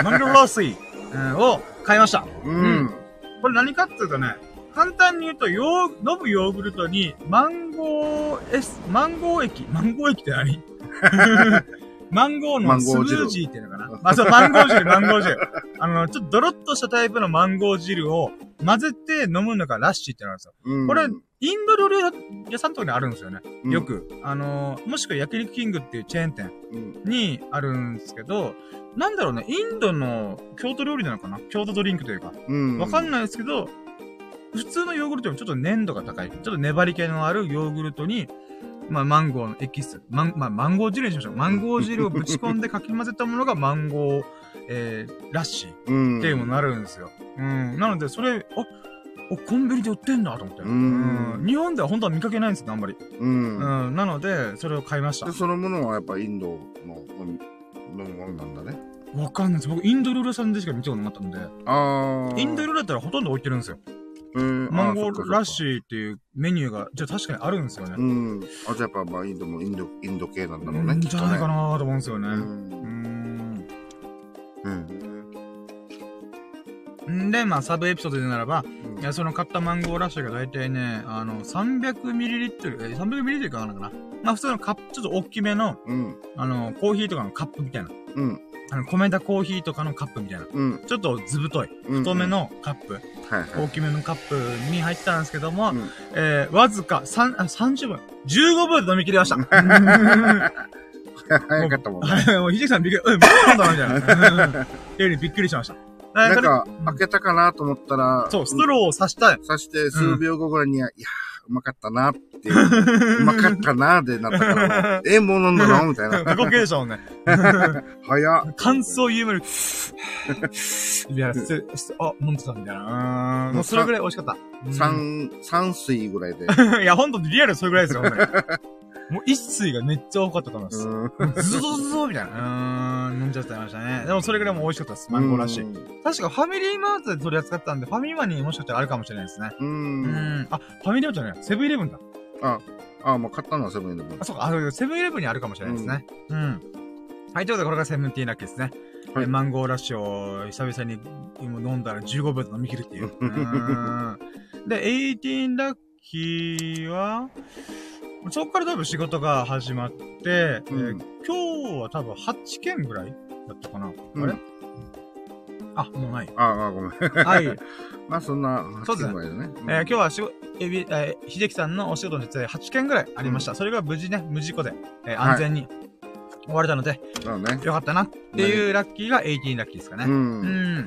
マンゴーラスティー、うん、を買いました。うん。うん、これ何かっていうとね、簡単に言うと、ヨー、飲むヨーグルトに、マンゴー、エス、マンゴー液、マンゴー液って何マンゴーのスムージーっていうのかな。まあ、そう、マンゴー汁、マンゴー汁。あの、ちょっとドロッとしたタイプのマンゴー汁を混ぜて飲むのがラッシーってのがあるんですよ。うん、これ、インド料理屋さんとかにあるんですよね。うん、よく。あの、もしくは焼肉キングっていうチェーン店にあるんですけど、なんだろうね、インドの京都料理なのかな京都ドリンクというか。うん、わかんないですけど、普通のヨーグルトよりちょっと粘度が高い。ちょっと粘り気のあるヨーグルトに、まあ、マンゴーのエキス。マン、まあ、マンゴー汁にしましょう。マンゴー汁をぶち込んでかき混ぜたものがマンゴー、えー、ラッシーっていうものになるんですよ。うん。なので、それ、あ、お、コンビニで売ってんだと思って。うん。うん、日本では本当は見かけないんですよ、あんまり。うん。うん。なので、それを買いました。 で、そのものはやっぱインドの飲むものなんだね。 わかんないです。僕、インド料理屋さんでしか見たことなかったんで。ああ。インド料理だったらほとんど置いてるんですよ。うん、マンゴーラッシーっていうメニューが、じゃあ確かにあるんですよね。うん。 あ、じゃあやっぱ、まあ、インドもインド、インド系なんだろうね。うん、 じゃないかなと思うんですよね。うん。うん。んで、まあ、サブエピソードでならば、うん、いや、その買ったマンゴーラッシーが大体ね、あの、さんびゃくミリリットル、え、さんびゃくミリリットルかなかな。まあ、普通のカップ、ちょっと大きめの、うん、あの、コーヒーとかのカップみたいな。うん。あの、米田コーヒーとかのカップみたいな。うん。ちょっとずぶとい。太めのカップ。うんうんはいはい、大きめのカップに入ったんですけども、うん、えー、わずかさん、あ、さんじゅっぷん、じゅうごふんで飲み切りました。 早かったもんね。 はい、もうひじきさんびっくり、うん、そうなんだみたいな。よりびっくりしました。 なんか、開けたかなと思ったら、 そう、ストローを刺したい。 刺して数秒後ぐらいに、うん、いやー、うまかったなっていう、うまかったなーでなったから、え、もう飲んだのみたいな。 過去形でしょうね。 早っ。 感想言うまで、いや、あ、飲んでたみたいな。うん。もうそれぐらい美味しかった。 三、三水ぐらいで。 いや、ほんとリアルそれぐらいですよ、ほんとに。もう一水がめっちゃ多かったと思います。ズドズドみたいな。うーん、飲んじゃってましたね。でもそれぐらいも美味しかったです、マンゴーらしい。確かファミリーマートで取り扱ったんで、ファミマにもしかしたらあるかもしれないですね。うーん。あ、ファミリーマートじゃない、セブンイレブンだ。 あ、あ、もう買ったのはセブンイレブン。 あ、そうか、あ、セブンイレブンにあるかもしれないですね。うん。はい、ということでこれがセブンティーンラッキーですね。はい、マンゴーラッシュを久々に飲んだらじゅうごびょうで飲み切るっていう。うーんで、エイティーンラッキーは、そこから多分仕事が始まって、うんえー、今日は多分はちけんぐらいだったかな、うん、あれあ、もうない。 ああ、ごめん。 はい。 まあ、そんな、 そうですね。 ね。うん、 えー、今日はしご、えび、えー、秀樹さんのお仕事の実ははちけんぐらいありました。うん、それが無事ね、無事故で、えー、安全に終われたので、はい、ね、よかったなっていうラッキーがじゅうはちラッキーですかね。うん。うん。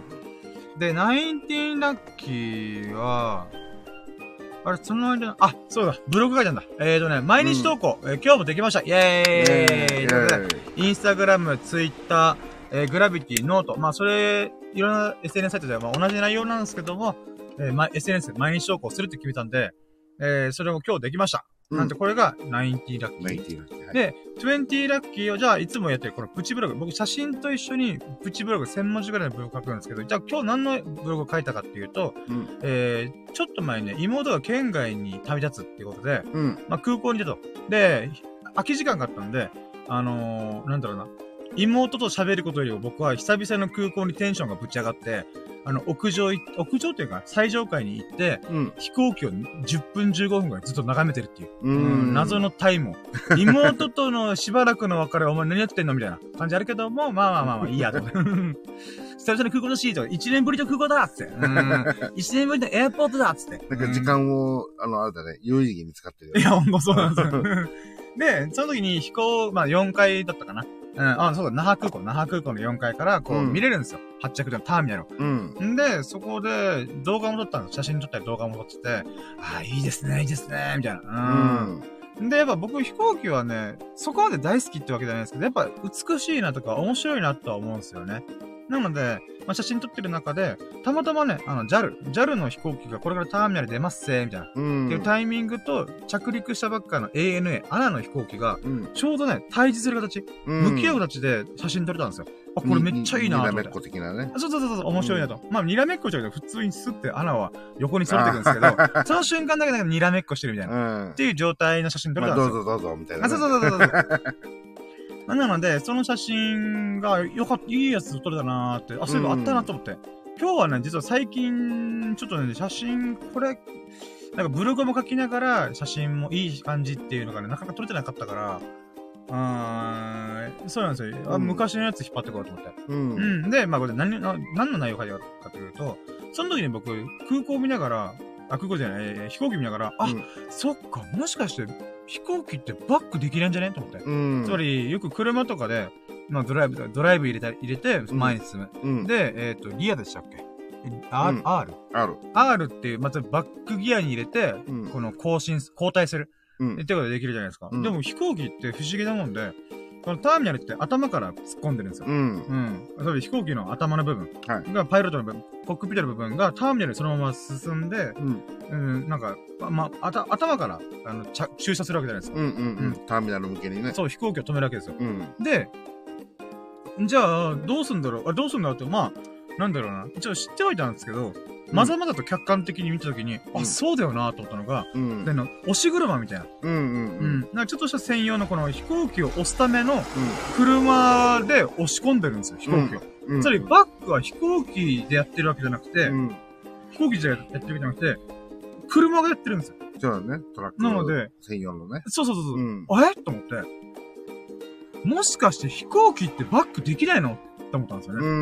で、じゅうきゅうラッキーは、あれ、その間、あ、そうだ、ブログ書いたんだ。えーとね、毎日投稿、うん、えー、今日もできました。イェーイ、イェーイ、インスタグラム、ツイッター、えー、グラビティ、ノート。まあ、それ、いろんな エスエヌエス サイトではまあ同じ内容なんですけども、えー、ま、エスエヌエス で毎日投稿するって決めたんで、えー、それも今日できました。うん、なんで、これがきゅうじゅうラッキー。 きゅうじゅうラッキー。はい、 で、にじゅうラッキーを、じゃあ、いつもやってる、このプチブログ。僕、写真と一緒に、プチブログ、せんもんじぐらいのブログ書くんですけど、じゃあ、今日何のブログを書いたかっていうと、うん、えー、ちょっと前にね、妹が県外に旅立つっていうことで、うん、まあ、空港に出たと。で、空き時間があったんで、あのー、なんだろうな。妹と喋ることよりも僕は久々の空港にテンションがぶち上がって、あの、屋上、屋上っていうか、最上階に行って、うん、飛行機をじゅっぷんじゅうごふんぐらいずっと眺めてるっていう。うん、謎のタイムを。妹とのしばらくの別れ、お前何やってんのみたいな感じあるけども、まあまあまあまあ、いいやと。久々の空港のシート、一年ぶりの空港だっつって。うん。一年ぶりのエアポートだっつって。 なんか時間を、あの、あれだね、有意義に使ってるよ、ね。 いや、ほんとそうなんですよ。で、その時に飛行、まあよんかいだったかな。うん、あ、そうだ、那覇空港、那覇空港のよんかいから、こう、うん、見れるんですよ。発着でのターミナルを。うん。んで、そこで、動画も撮ったんです。写真撮ったり動画も撮ってて、ああ、いいですね、いいですね、みたいな。うん。で、やっぱ僕飛行機はね、そこまで大好きってわけじゃないですけど、やっぱ美しいなとか面白いなとは思うんですよね。なので、まあ、写真撮ってる中で、たまたまね、あの、ジャル、ジャル の飛行機がこれからターミナル出ますせ、みたいな。うん。っていうタイミングと、着陸したばっかの エーエヌエー、アナの飛行機が、ちょうどね、対峙する形、うん、向き合う形で写真撮れたんですよ。あ、これめっちゃいいなと思って。にらめっこ的なね。そうそうそうそう、面白いなと。うん、まあ、にらめっこじゃなくて、普通にスッてアナは横に反れてくんですけど、その瞬間だけなんかにらめっこしてるみたいな。うん。っていう状態の写真撮れたんですよ。 まあ、どうぞどうぞ、みたいな、ね。 あ、そうそうそうそうそう。なので、その写真がよかった、いいやつ撮れたなーって、あ、そういえばあったなと思って。うん、今日はね、実は最近、ちょっとね、写真、これ、なんかブログも書きながら、写真もいい感じっていうのがね、なかなか撮れてなかったから、あー、そうなんですよ。あ、うん、昔のやつ引っ張ってこようと思って。うん。うん。で、まあこれ何、何の内容かというと、その時に僕、空港見ながら、あ、空港じゃない、えー、飛行機見ながら、あ、うん、そっか、もしかして、飛行機ってバックできないんじゃねと思って。うん。つまり、よく車とかで、まあドライブ、ドライブ入れた、入れて、前に進む。うん。で、えっ、ー、と、リアでしたっけ ?R、うん、R? R。 R っていう、またバックギアに入れて、うん、この更新、交代する。うん。ってことでできるじゃないですか。うん。でも飛行機って不思議なもんで、このターミナルって頭から突っ込んでるんですよ。うん。うん。例えば飛行機の頭の部分が、パイロットの部分、コックピットの部分がターミナルそのまま進んで、うん。うん、なんか、まあ、あた、頭から、あの、駐車するわけじゃないですか。 うんうんうん。うん、ターミナル向けにね。 そう、飛行機を止めるわけですよ。うん。で、じゃあ、どうすんだろうあ、どうすんだろうって、まあ、なんだろうな。一応知ってはいたんですけど、まざまざと客観的に見たときに、うん、あ、そうだよなと思ったのが、うん、での、押し車みたいな。うんうんうん。うん。なんかちょっとした専用のこの飛行機を押すための、車で押し込んでるんですよ、飛行機を。うん。つまり、バックは飛行機でやってるわけじゃなくて、うん、飛行機でやってるわけじゃなくて、車がやってるんですよ。 そうだね、トラック。 なので、 専用のね。 そうそうそうそう。うん、あれと思って、もしかして飛行機ってバックできないのって思ったんですよね。うん。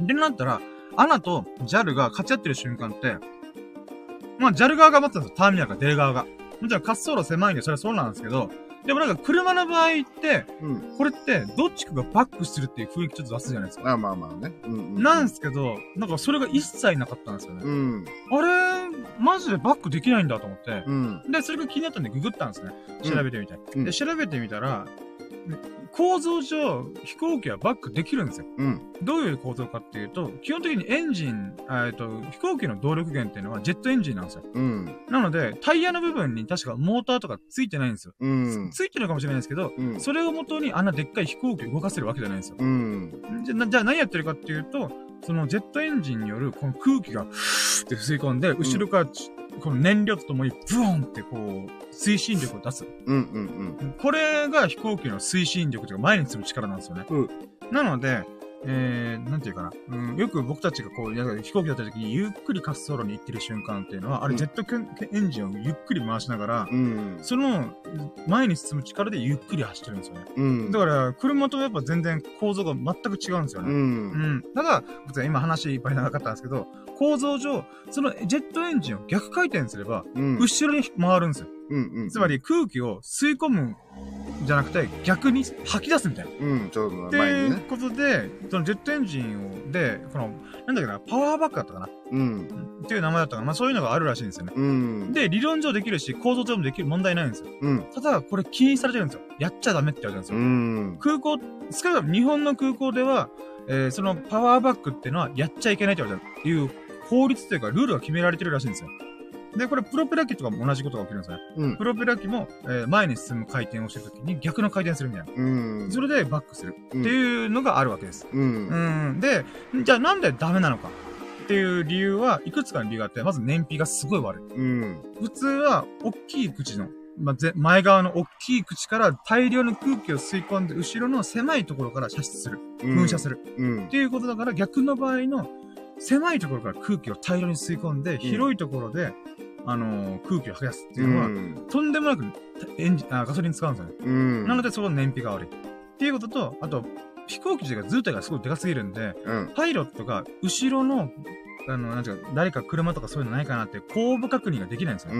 で、なったら、アナと ジャル が勝ち合ってる瞬間って、まあ ジャル 側が待ってたんですよ。ターミナルか出る側が。もちろん滑走路狭いんでそれはそうなんですけど、でもなんか車の場合って、うん、これってどっちかがバックするっていう雰囲気ちょっと出すじゃないですか。 まあまあまあね。うんうんうん、 なんですけど、なんかそれが一切なかったんですよね。うん、あれ、マジでバックできないんだと思って。うん、で、それが気になったんでググったんですね。調べてみて。うん、で、調べてみたら、構造上、飛行機はバックできるんですよ。うん。どういう構造かっていうと、基本的にエンジン、えっと、飛行機の動力源っていうのはジェットエンジンなんですよ。うん。なので、タイヤの部分に確かモーターとかついてないんですよ。うん。ついてるかもしれないですけど、うん、それを元にあんなでっかい飛行機を動かせるわけじゃないんですよ。うん。じゃ、じゃあ何やってるかっていうと、そのジェットエンジンによるこの空気が、ふーって吸い込んで、後ろから、うんこの燃料とともにブーンってこう、推進力を出す。うんうんうん。これが飛行機の推進力というか前に進む力なんですよね。うん。なので、 えー、なんていうかな。うん、よく僕たちがこう、飛行機だった時にゆっくり滑走路に行ってる瞬間っていうのは、あれジェットエンジンをゆっくり回しながら、うん、その前に進む力でゆっくり走ってるんですよね。うん、だから、車とやっぱ全然構造が全く違うんですよね。うん。うん、ただ、今話いっぱい長かったんですけど、構造上、そのジェットエンジンを逆回転すれば、うん、後ろに回るんですよ。うんうんうん、つまり空気を吸い込むじゃなくて逆に吐き出すみたいな。うん、ちょうど前にね。っていうことで、そのジェットエンジンを、で、この、なんだっけな、パワーバックだったかな。うん。っていう名前だったかな。まあそういうのがあるらしいんですよね。うん。で、理論上できるし、構造上もできる問題ないんですよ。うん。ただ、これ禁止されてるんですよ。やっちゃダメって言われてるんですよ。うん。空港、少なくとも日本の空港では、えー、そのパワーバックっていうのはやっちゃいけないって言われてるっていう法律というかルールが決められてるらしいんですよ。で、これ、プロペラ機とかも同じことが起きるんですね。うん。プロペラ機も、えー、前に進む回転をしてるときに逆の回転するみたいな。うん。それでバックする。っていうのがあるわけです。うん。うん。で、じゃあなんでダメなのかっていう理由は、いくつかの理由があって、まず燃費がすごい悪い。うん。普通は、大きい口の、まあ、ぜ前側の大きい口から大量の空気を吸い込んで、後ろの狭いところから射出する。噴射する。うん。っていうことだから、逆の場合の、狭いところから空気を大量に吸い込んで、うん、広いところで、あのー、空気を吐き出すっていうのは、うん、とんでもなくエンジンあガソリン使うんですよね。うん、なので、そこの燃費が悪い。っていうことと、あと、飛行機自体が図体がすごいでかすぎるんで、うん、パイロットが後ろの、あの、なんていうか、誰か車とかそういうのないかなって後部確認ができないんですよ。うん、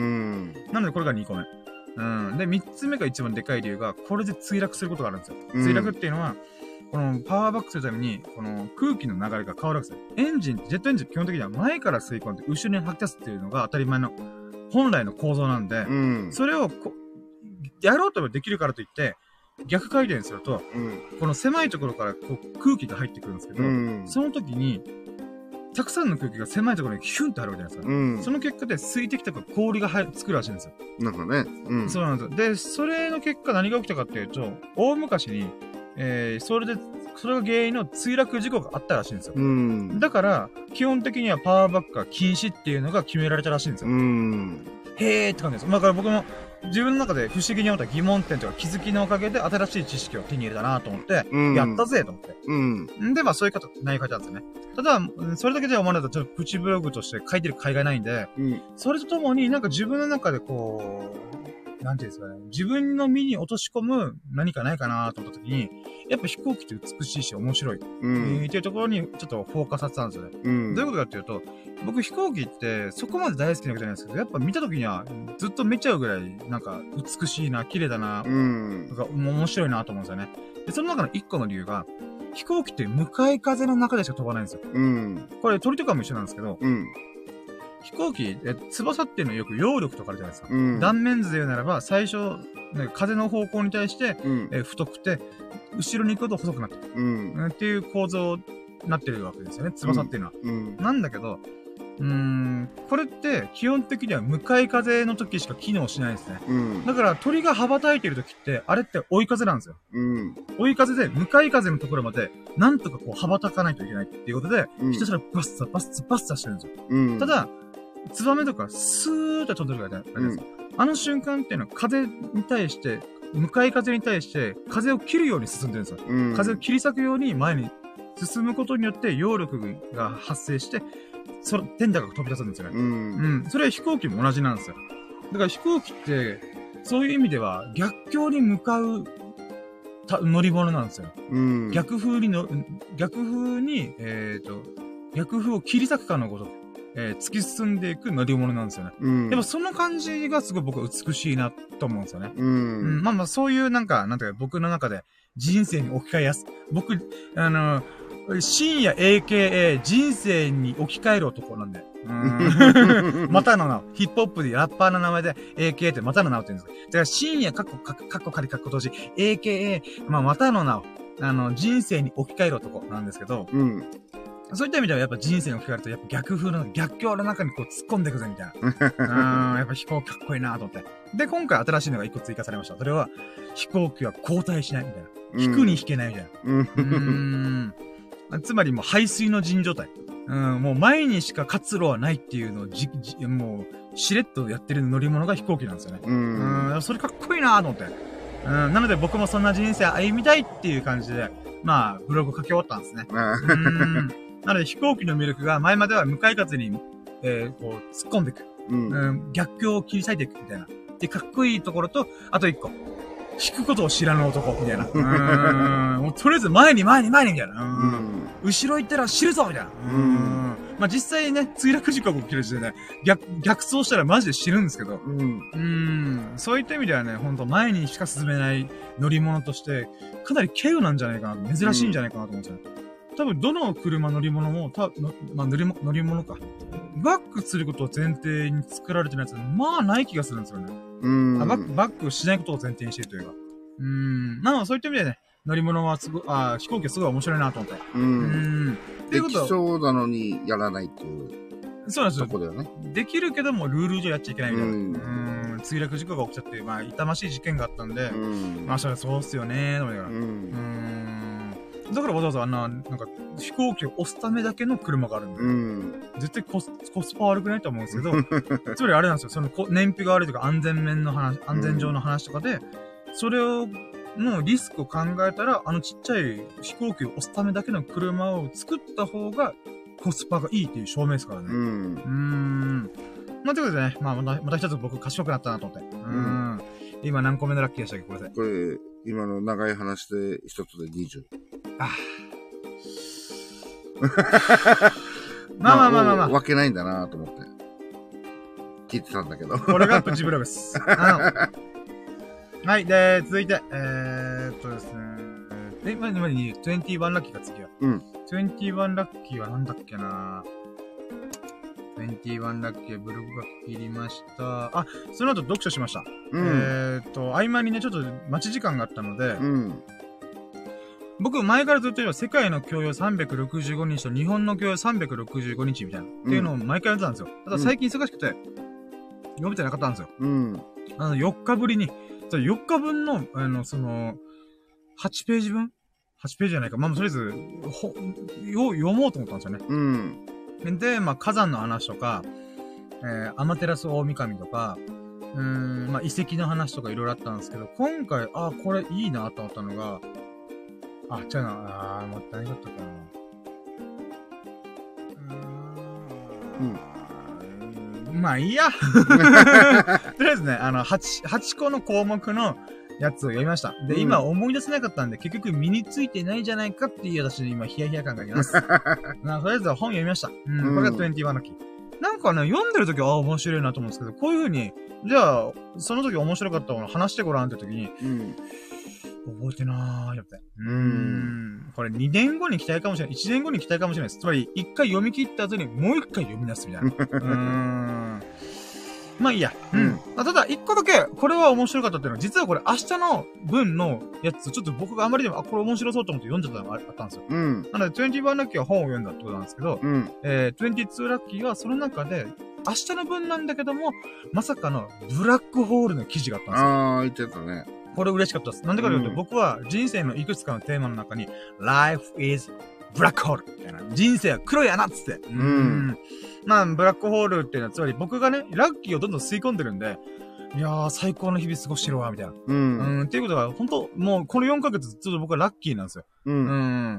なので、これがにこめ。うん。で、みっつめが一番でかい理由が、これで墜落することがあるんですよ。墜落っていうのは、このパワーバックするために、この空気の流れが変わるわけですよ。エンジン、ジェットエンジン基本的には前から吸い込んで後ろに吐き出すっていうのが当たり前の本来の構造なんで、うん、それをこやろうとできるからといって、逆回転すると、うん、この狭いところからこう空気が入ってくるんですけど、うん、その時に、たくさんの空気が狭いところにヒュンって入るわけじゃないですか。うん、その結果で水滴とか氷が入作るらしいんですよ。 なんかね。うん、 そうなんですよ。で、それの結果何が起きたかっていうと、大昔に、えー、それで、それが原因の墜落事故があったらしいんですよ。うん、だから、基本的にはパワーバックが禁止っていうのが決められたらしいんですよ。うん、へーって感じです。だから僕も自分の中で不思議に思った疑問点とか気づきのおかげで新しい知識を手に入れたなと思って、うん、やったぜと思って。うん、で、まあそういう方、内容書いてあるんですよね。ただ、それだけでは思わないとちょっとプチブログとして書いてる甲斐がないんで、うん、それとともになんか自分の中でこう、なんていうんですかね。自分の身に落とし込む何かないかなと思った時に、やっぱ飛行機って美しいし面白い。うん。えー、っていうところにちょっとフォーカスさせたんですよね。うん。どういうことかっていうと、僕飛行機ってそこまで大好きなわけじゃないですけど、やっぱ見た時にはずっと見ちゃうぐらい、なんか美しいな、綺麗だな、うん。なんか面白いなと思うんですよね。で、その中の一個の理由が、飛行機って向かい風の中でしか飛ばないんですよ。うん。これ鳥とかも一緒なんですけど、うん。飛行機、え、翼っていうのはよく揚力とかあるじゃないですか。うん、断面図で言うならば、最初、ね、風の方向に対して、うん、え太くて、後ろに行くほど細くなってくる、うん。っていう構造になってるわけですよね、翼っていうのは。うん、なんだけど、うーん、これって基本的には向かい風の時しか機能しないんですね。うん、だから鳥が羽ばたいてる時って、あれって追い風なんですよ。うん、追い風で向かい風のところまで、なんとかこう羽ばたかないといけないっていうことで、うん、ひたすらバッサバッサバッサしてるんですよ。うん、ただ、ツバメとかスーッと飛んでるからね、うん、あの瞬間っていうのは風に対して、向かい風に対して風を切るように進んでるんですよ。うん、風を切り裂くように前に進むことによって揚力が発生して、その天高く飛び出すんですよね。うん。うん。それは飛行機も同じなんですよ。だから飛行機って、そういう意味では逆境に向かう乗り物なんですよ。うん。逆風にの、逆風に、えっと、逆風を切り裂くかのごとく。えー、突き進んでいく乗り物なんですよね。うん。でもその感じがすごい僕は美しいなと思うんですよね。うん。うん、まあまあそういうなんか、なんていうか僕の中で人生に置き換えやす。僕、あの、深夜 エーケーエー 人生に置き換える男なんで。うん。またの名を。ヒップホップでラッパーの名前で エーケーエー ってまたの名をって言うんです。だから深夜カッコカッコ仮カッコ閉じ エーケーエー、まあまたの名を。あの、人生に置き換える男なんですけど。うん。そういった意味ではやっぱ人生に置き換えるとやっぱ逆風の逆境の中にこう突っ込んでいくぜみたいな。うん、やっぱ飛行機かっこいいなと思って。で、今回新しいのが一個追加されました。それは飛行機は後退しないみたいな。引くに引けないみたいな。うん。うんつまりもう排水の陣状態。うん、もう前にしか活路はないっていうのをじ、じ、もう、しれっとやってる乗り物が飛行機なんですよね。うん。うん、それかっこいいなと思って。うん、なので僕もそんな人生歩みたいっていう感じで、 まあ、ブログを書き終わったんですね。うーん。なので飛行機の魅力が前までは向かい風に、えー、こう、突っ込んでいく。うん。うん、逆境を切り裂いていくみたいな。で、かっこいいところと、あと一個。引くことを知らぬ男、みたいな。うーん。もうとりあえず前に前に前にみたいな。うん。後ろ行ったら知るぞみたいな。うん。まあ、実際ね、墜落事故が起きる時点で、逆、逆走したらマジで死ぬんですけど。うん。うん。そういった意味ではね、ほんと前にしか進めない乗り物として、かなり稀有なんじゃないかな。珍しいんじゃないかなと思うんですよね。多分、どの車乗り物も、た、まあ、乗り物、乗り物か。バックすることを前提に作られてるやつ、まあ、ない気がするんですよね。うん。バック、バックしないことを前提にしているというか。うん。なので、そういった意味でね、乗り物はすご、あ、飛行機はすごい面白いなと思って。うん。うん。 できそうなのに、やらないっていう。 そうなんですよ。 そこだよね。 できるけども、ルール上やっちゃいけないみたいな。うん。うん。墜落事故が起きちゃって、まあ、痛ましい事件があったんで、うん。まあ、それはそうっすよねー、と思いながら。うん。うんだからわざわざあんな、なんか、飛行機を押すためだけの車があるんで。うん。絶対コス、コスパ悪くないと思うんですけど、つまりあれなんですよ。その、燃費が悪いとか安全面の話、安全上の話とかで、うん、それを、のリスクを考えたら、あのちっちゃい飛行機を押すためだけの車を作った方が、コスパがいいっていう証明ですからね。うん。うーん。まあ、ということでね、まあ、また、また一つ僕賢くなったなと思って。うん。うん今何個目のラッキーでしたっけこれで。 これ、今の長い話で一つでにじゅう。あまあまあまあまあまあ。分けないんだなと思って。聞いてたんだけど。 これがプチブログです。あのはい、で、続いて、えーっとですね。え、まじまじに、にじゅういちラッキーが次は。うん。にじゅういちラッキーはなんだっけなにじゅういちラッキー、ブログが切りました。あ、その後読書しました。うん、えーっと、合間にね、ちょっと待ち時間があったので、うん、僕、前からずっと言うよ、世界の教養さんびゃくろくじゅうごにちと日本の教養さんびゃくろくじゅうごにちみたいな、うん、っていうのを毎回やってたんですよ。ただ最近忙しくて、読めてなかったんですよ。うん、あの、よっかぶりに、よっかぶんの、あの、その、はちページぶん ?はち ページじゃないか。まあ、とりあえず、ほ、よ、読もうと思ったんですよね。うんで、まあ、火山の話とか、えー、アマテラス大神とか、うーん、まあ、遺跡の話とかいろいろあったんですけど、今回、あ、これいいなと思ったのが、あ、違うな、あー、もう何だったかな。うーん。うん、まあ、いいや。とりあえずね、あの、はち、はちこの項目のやつを読みました。で、うん、今思い出せなかったんで、結局身についてないじゃないかっていう私の今、ヒヤヒヤ感があります。なとりあえずは本読みました。うん、これがにじゅういちラッキー。なんかね、読んでるときは、あ、面白いなと思うんですけど、こういう風に、じゃあ、その時面白かったもの話してごらんって時に、うん、覚えてなー、やっぱり。うーん。これにねんごに期待かもしれない。いちねんごに期待かもしれないです。つまり、いっかい読み切った後にもういっかい読み出すみたいな。うーん。まあいいや。うん。あただ、一個だけ、これは面白かったっていうのは、実はこれ明日の分のやつ、ちょっと僕があまりでも、あ、これ面白そうと思って読んじゃったのがあったんですよ。うん。なので、にじゅういちラッキーは本を読んだってことなんですけど、うん。えー、にじゅうにラッキーはその中で、明日の分なんだけども、まさかのブラックホールの記事があったんですよ。 あー、言ってたね。 これ嬉しかったです。なんでかというと、うん、僕は人生のいくつかのテーマの中に、Life is Black Hole みたいな。人生は黒い穴っつって。うん。うんまあ、ブラックホールっていうのは、つまり僕がね、ラッキーをどんどん吸い込んでるんで、いやー、最高の日々過ごしてるわ、みたいな。うん。うん、っていうことは、ほんと、もう、このよんかげつずっと僕はラッキーなんですよ。うん。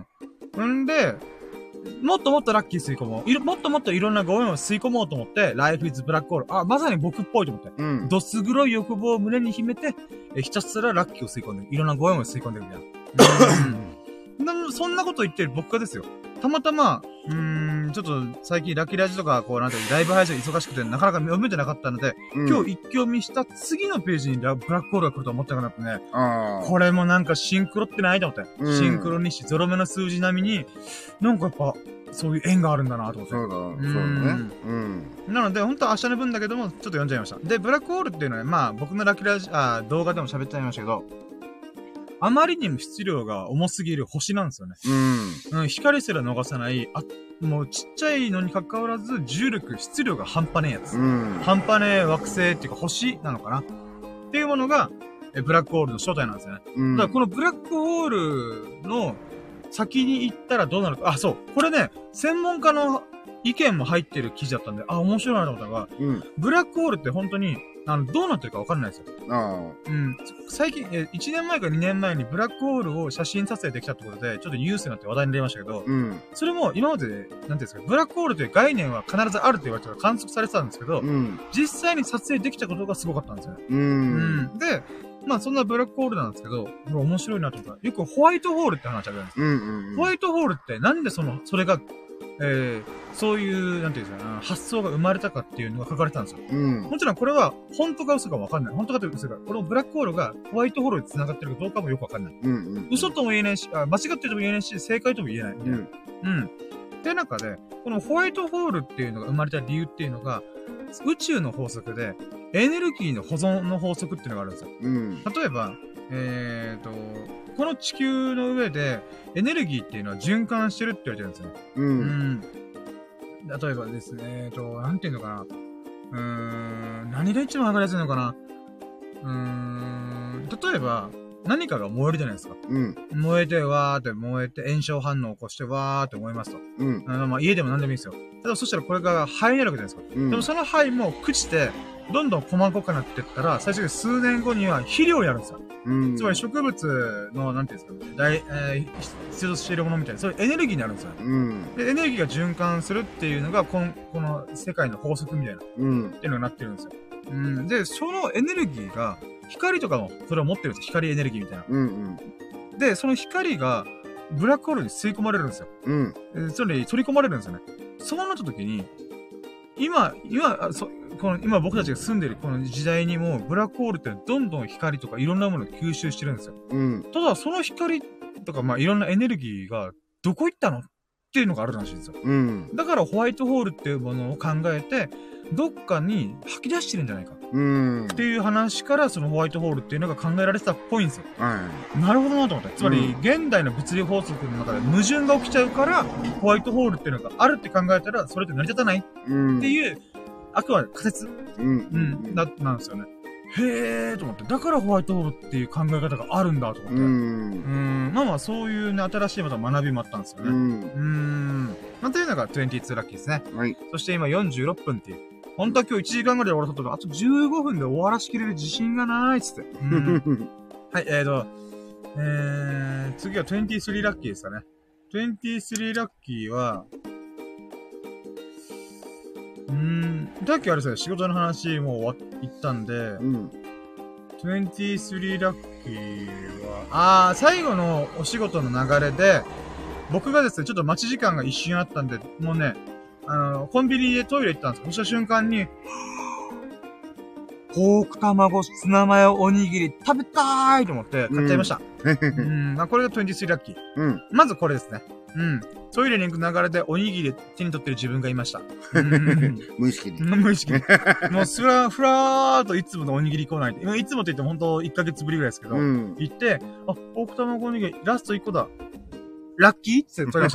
うん。んで、もっともっとラッキー吸い込もう。いろ、もっともっといろんなご縁を吸い込もうと思って、Life is Black Hole。あ、まさに僕っぽいと思って。うん。どす黒い欲望を胸に秘めて、え、ひたすらラッキーを吸い込んでる。いろんなご縁を吸い込んでるみたいな。うん。そんなこと言ってる僕がですよ。たまたま、うーん、ちょっと最近ラッキーラジとか、こうなんてライブ配信忙しくてなかなか読めてなかったので、うん、今日一挙見した次のページにブラックホールが来ると思ってなかったね。これもなんかシンクロってないと思って。うん、シンクロにし、ゾロ目の数字並みに、なんかやっぱ、そういう縁があるんだなと思って。 そうだ、そうだね。うん。 なので、本当は明日の分だけども、ちょっと読んじゃいました。で、ブラックホールっていうのは、まあ、僕のラッキーラジ、あ、動画でも喋っちゃいましたけど、あまりにも質量が重すぎる星なんですよね。うん。うん、光すら逃さない、あ、もうちっちゃいのに関わらず、重力、質量が半端ねえやつ。うん。半端ねえ惑星っていうか星なのかなっていうものが、え、ブラックホールの正体なんですよね。うん。だからこのブラックホールの先に行ったらどうなるか。あ、そう。これね、専門家の意見も入ってる記事だったんで、あ、面白いなと思ったのが、うん、ブラックホールって本当に、 あの、どうなってるかわかんないですよ。ああ。うん。最近、え、いちねんまえかにねんまえにブラックホールを写真撮影できたってことで、ちょっとニュースになって話題に出ましたけど、うん。それも今まで、なんていうんですか、ブラックホールという概念は必ずあると言われてたら観測されてたんですけど、うん。実際に撮影できたことがすごかったんですよね。うん。うん。で、まあそんなブラックホールなんですけど、これ面白いなと思ったら、よくホワイトホールって話あるじゃないですか。うんうんうん。ホワイトホールってなんでその、それが、えー、そういう、なんていうんですかね、発想が生まれたかっていうのが書かれてたんですよ。うん。もちろんこれは、本当か嘘かわかんない。本当かというか嘘か。このブラックホールがホワイトホールに繋がってるかどうかもよくわかんない。うんうん、嘘とも言えないし、あ、間違ってるとも言えないし、正解とも言えない。うん。うん。って中で、このホワイトホールっていうのが生まれた理由っていうのが、宇宙の法則で、エネルギーの保存の法則っていうのがあるんですよ。うん。例えば、えーと、この地球の上で、エネルギーっていうのは循環してるって言われてるんですよ。うん。うん。例えばですね、えっと、なんていうのかな。うーん、何が一番わかりやすいのかな。うーん、例えば、何かが燃えるじゃないですか。うん。燃えて、わーって燃えて、燃焼反応を起こして、わーって燃えますと。うん。あの、まあ、家でも何でもいいですよ。ただ、そしたらこれが灰になるわけじゃないですか。うん。でもその灰も朽ちて、どんどん細かくなっていったら、最終的に数年後には肥料になるんですよ。うん。つまり植物の、なんていうんですかね、大、えー、必要としているものみたいな、そういうエネルギーになるんですよ。うん。で、エネルギーが循環するっていうのが、この、この世界の法則みたいな、うん。っていうのになってるんですよ。うん。で、そのエネルギーが、光とかも、それを持ってるんですよ。光エネルギーみたいな。うんうん。で、その光が、ブラックホールに吸い込まれるんですよ。うん。えそれに取り込まれるんですよね。そうなった時に、今、今、そ、この、今僕たちが住んでるこの時代にも、ブラックホールってどんどん光とかいろんなものを吸収してるんですよ。うん。ただ、その光とか、まあ、いろんなエネルギーが、どこ行ったのっていうのがあるらしいんですよ。うん。だから、ホワイトホールっていうものを考えて、どっかに吐き出してるんじゃないか。うん。っていう話から、そのホワイトホールっていうのが考えられてたっぽいんですよ。はい。なるほどなと思って。つまり、現代の物理法則の中で矛盾が起きちゃうから、ホワイトホールっていうのがあるって考えたら、それって成り立たないっていう、あくまで仮説。うん。うん。な、なんですよね。へーと思って。だからホワイトホールっていう考え方があるんだと思って。うん。うん。まあまあ、そういうね、新しいまた学びもあったんですよね。うん。うん。まあ、というのがにじゅうにラッキーですね。はい。そして今よんじゅうろっぷんっていう。本当は今日いちじかんぐらいで終わらせたとあとじゅうごふんで終わらしきれる自信がないっつって。うん、はい、えーと、えー、次はにじゅうさんラッキーですかね。にじゅうさんラッキーは、うーん、さっきあれですね、仕事の話も終わ言ったんで、うん、にじゅうさんラッキーは、あー、最後のお仕事の流れで、僕がですね、ちょっと待ち時間が一瞬あったんで、もうね、あの、コンビニでトイレ行ったんです。そした瞬間に、ポーク卵、ツナマヨ、おにぎり、食べたーいと思って買っちゃいました。うん。うん、まあ、これがにじゅうさんラッキー。うん。まずこれですね。うん。トイレに行く流れでおにぎり手に取ってる自分がいました。うん、 無意識に。 無意識に。もうふら、ふらーっといつものおにぎりコーナーに、いつもと言ってもほんといっかげつぶりぐらいですけど、うん、行って、あ、ポーク卵おにぎり、ラストいっこだ。ラッキーって取りました。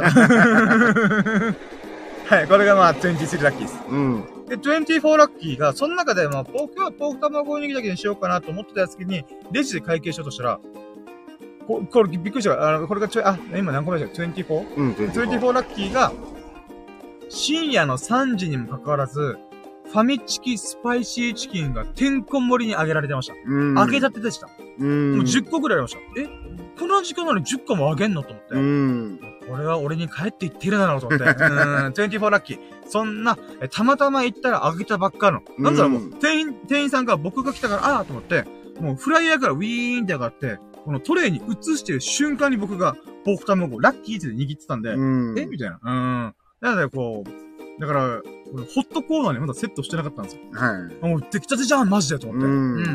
はい、これがまあ、にじゅうさんラッキーです。うん。で、にじゅうよんラッキーが、その中でまあ、僕はポーク卵おにぎりだけにしようかなと思ってたやつに、レジで会計しようとしたら、ここれびっくりした。あの、これがちょい、あ、今何個目でしたっけ ?にじゅうよん? うん、にじゅうよん。にじゅうよんラッキーが、深夜のさんじにもかかわらず、ファミチキスパイシーチキンがてんこ盛りに揚げられてました。うん。揚げたてでした。うん。もうじゅっこぐらいありました。えこの時間なのにじゅっこも揚げんのと思って。うん。これは俺に帰っていってるだろうと思って。うん。にじゅうよんラッキー。そんな、え、たまたま行ったら揚げたばっかの。なんだろう、もう、店員、店員さんが僕が来たから、あーと思って、もうフライヤーからウィーンって上がって、このトレイに移してる瞬間に僕がポーク卵をラッキーって握ってたんで、うん、えみたいな。うん。なので、こう、だから、ホットコーナーにまだセットしてなかったんですよ。はい。もう出来たてじゃん、マジでと思って。うん。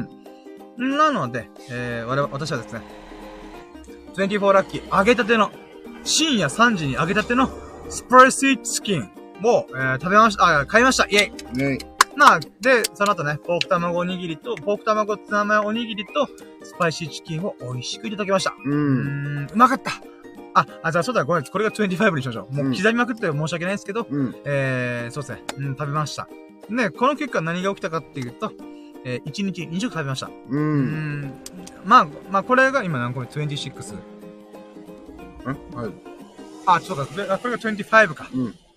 うん。なので、えー、我々、私はですね、にじゅうよんラッキー、揚げたての、深夜さんじに揚げたての、スパイシーチキンを、えー、食べました、あ、買いました、イェイねまあ、で、その後ね、ポーク卵おにぎりと、ポーク卵ツナマヨおにぎりと、スパイシーチキンを美味しくいただきました。うん。うーん、うまかった。あ、あ、じゃあそうだ、ごめん、これがにじゅうごにしましょう。もう刻みまくって申し訳ないですけど、うん、えー、そうですね、うん、食べました。で、この結果何が起きたかっていうと、えー、いちにちに食食べました。うん。うーんまあ、まあ、これが今何個目 ?にじゅうろく? んはい。あ、そうか、これがにじゅうごか。うん。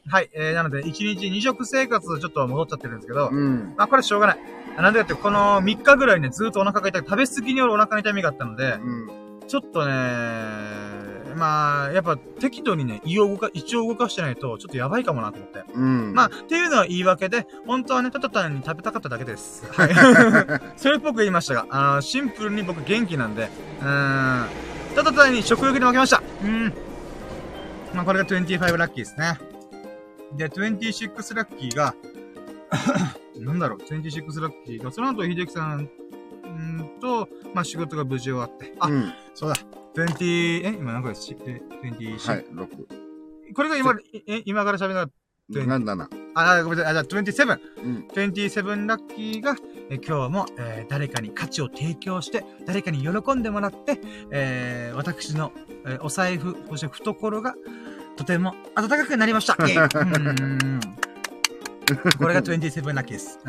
はい。えー、なので、いちにちに食生活ちょっと戻っちゃってるんですけど、 うん。 まあ、これしょうがない。なんでかって、このみっかぐらいね、ずっとお腹が痛い、食べ過ぎによるお腹の痛みがあったので、うん、ちょっとね、まあ、やっぱ適度にね、胃を動か、胃腸を動かしてないと、ちょっとやばいかもなと思って。うん。まあ、っていうのは言い訳で、本当はね、ただ単に食べたかっただけです。はい。それっぽく言いましたが、あの、シンプルに僕元気なんで、うーん。ただ単に食欲で負けました。うん。まあ、これがにじゅうごラッキーですね。で、にじゅうろくラッキーが、なんだろう、にじゅうろくラッキーが、その後、秀樹さん、んと、まあ、仕事が無事終わって。あ、うん、そうだ。にじゅう、え今何個ですし、え、にじゅうよん。 はい、ろく。 これが今、え、今から喋るのが、 なな。 あ、ごめんなさい。あ、じゃあ、にじゅうなな。うん。にじゅうななラッキーが、え、今日も、えー、誰かに価値を提供して、誰かに喜んでもらって、えー、私の、えー、お財布、そして懐が、とても暖かくなりました。イェイ。うん。これがにじゅうななラッキーです。うん。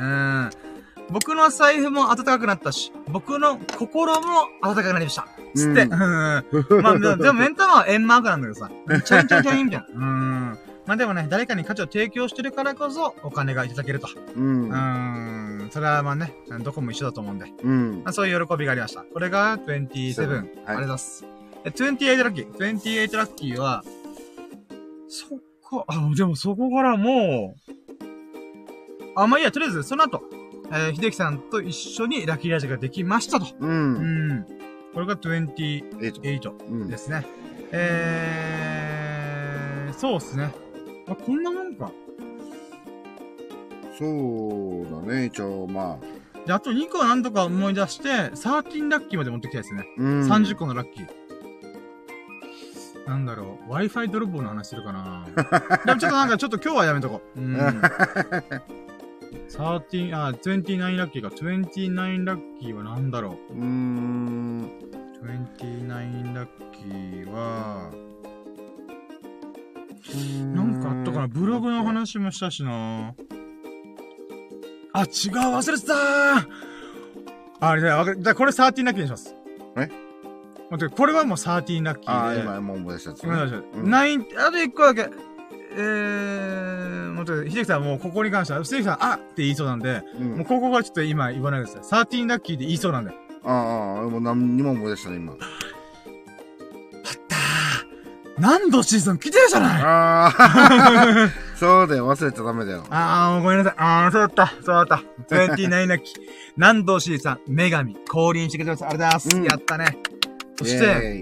僕の財布も暖かくなったし、僕の心も暖かくなりました。つって。うん。まあ、でも、メンタマは円マークなんだけどさ。チャインチャインチャインみたいな。うん。まあでもね、誰かに価値を提供してるからこそ、お金がいただけると。うん。うん。それはまあね、どこも一緒だと思うんで。うん。まあ、そういう喜びがありました。これがにじゅうなな。はい、ありがとうございます。にじゅうはちラッキー。にじゅうはちラッキーは、そっか、あ、でもそこからもう、あ、まあいいや、とりあえず、その後、えー、秀樹さんと一緒にラッキーラジができましたと。うん。うん。これがにじゅうはちですね。うん、えー、そうっすね。あ、こんなもんか。 そうだね、一応、まあ。で、あとにこはなんとか思い出して、じゅうさんラッキーまで持ってきたいですね。うん。さんじゅっこのラッキー。なんだろう、Wi-Fi 泥棒の話するかなでもちょっとなんか、ちょっと今日はやめとこう。うん。さんじゅう、あ、にじゅうきゅうラッキーか。にじゅうきゅうラッキーはなんだろう。うーん。にじゅうきゅうラッキーは、なんかあったかな。ブログの話もしたしな。あ、違う、忘れてたー。あれだ、わかる。だこれじゅうさんラッキーにします。え待って、これはもうじゅうさんラッキーで。 ああ、今、もう思い出したやつ、ね。今思い出した。 うん、ナイン、あといっこだけ。えー、もうちょっと、秀樹さんもうここに関しては、秀樹さん、あって言いそうなんで、うん、もうここがちょっと今言わないでください。じゅうさんラッキーで言いそうなんで。 ああ、もう何にも思い出したね、今。あったー。何度シーズン来てるじゃないああ、そうだよ、忘れちゃダメだよ。 ああ、ごめんなさい。ああ、そうだった、そうだった。にじゅうきゅうラッキー。何度シーズン、女神、降臨してくれてます。ありがとうございます。うん、やったね。そして、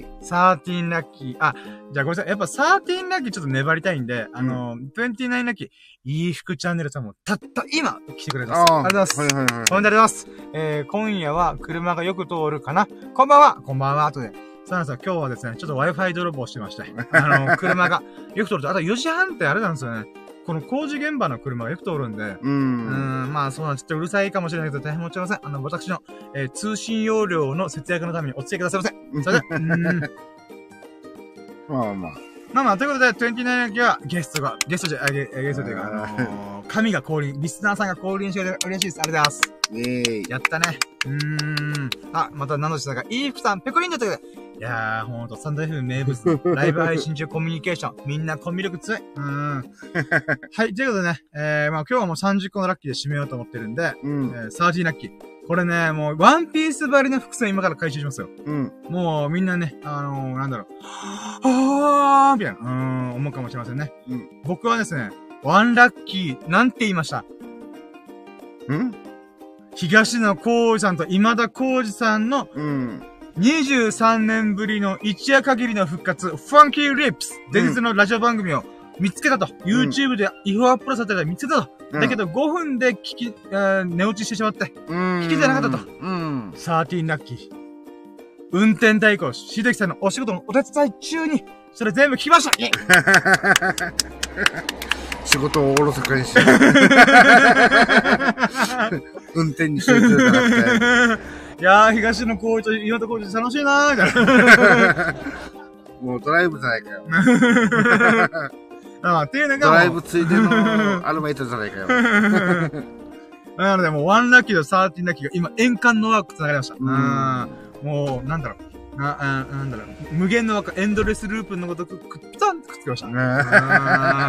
じゅうさんラッキー。あ、じゃあごめんなさい。やっぱじゅうさんラッキーちょっと粘りたいんで、あの、にじゅうきゅうラッキー、いい服チャンネルさんもたった今来てくれてます。ありがとうございます。はいはいはい。おめでとうございます。えー、今夜は車がよく通るかな。こんばんは。こんばんは。後で。そうなんですよ。今日はですね、ちょっと Wi-Fi 泥棒してまして。あの、車がよく通ると、あとよじはんってあれなんですよね。この工事現場の車がよく通るんで、うん。うん、まあそうなんちょっとうるさいかもしれないけど、大変申し訳ございません。あの、私の、えー、通信容量の節約のためにお付き合いくださいませ。それで、うん。 まあまあ。まあまあ、ということで、にじゅうきゅうラッキーはゲストが、ゲストじゃ、あゲゲストというか、あのー、神が降臨、リスナーさんが降臨してくれて嬉しいです。ありがとうございます。イェーイ。やったね。うーん。あ、また何の人だか、いい服さん、ペコリンだったけど、いやー、ほんと、サンド エフエム 名物のライブ配信中コミュニケーション。みんなコミュ力強い。うーん。はい、ということでね、えー、まあ今日はもうさんじゅっこのラッキーで締めようと思ってるんで、うん、えー、さんじゅうラッキー。これね、もう、ワンピース張りの伏線今から回収しますよ。うん。もう、みんなね、あのー、なんだろう、はぁーみたいな、うーん、思うかもしれませんね。うん。僕はですね、ワンラッキー、なんて言いました？ん？東野幸治さんと今田耕司さんの、うん。にじゅうさんねんぶりの一夜限りの復活、ファンキーリップス、伝説のラジオ番組を見つけたと。うん、YouTube で違法アップロードされたから見つけたと。うん、だけどごふんで聞き、えー、寝落ちしてしまって、聞きてなかったと。うん。じゅうさんラッキー。運転代行、秀樹さんのお仕事のお手伝い中に、それ全部聞きました。 仕事をおろそかにして。運転に集中じゃなくて。 いやー、東野幸治と岩田幸治楽しいなー、みたいな。 もうドライブじゃないかよ。 ああ、っていうのが。 ドライブついでのアルバイトじゃないかよ。 なので、もうワンラッキーとサーティンラッキーが今、円環のワーク繋がりました。うん。もう、なんだろう。な、あなんだろう。無限のワーク、エンドレスループのごとく、くっつぁんってくっつきました。ね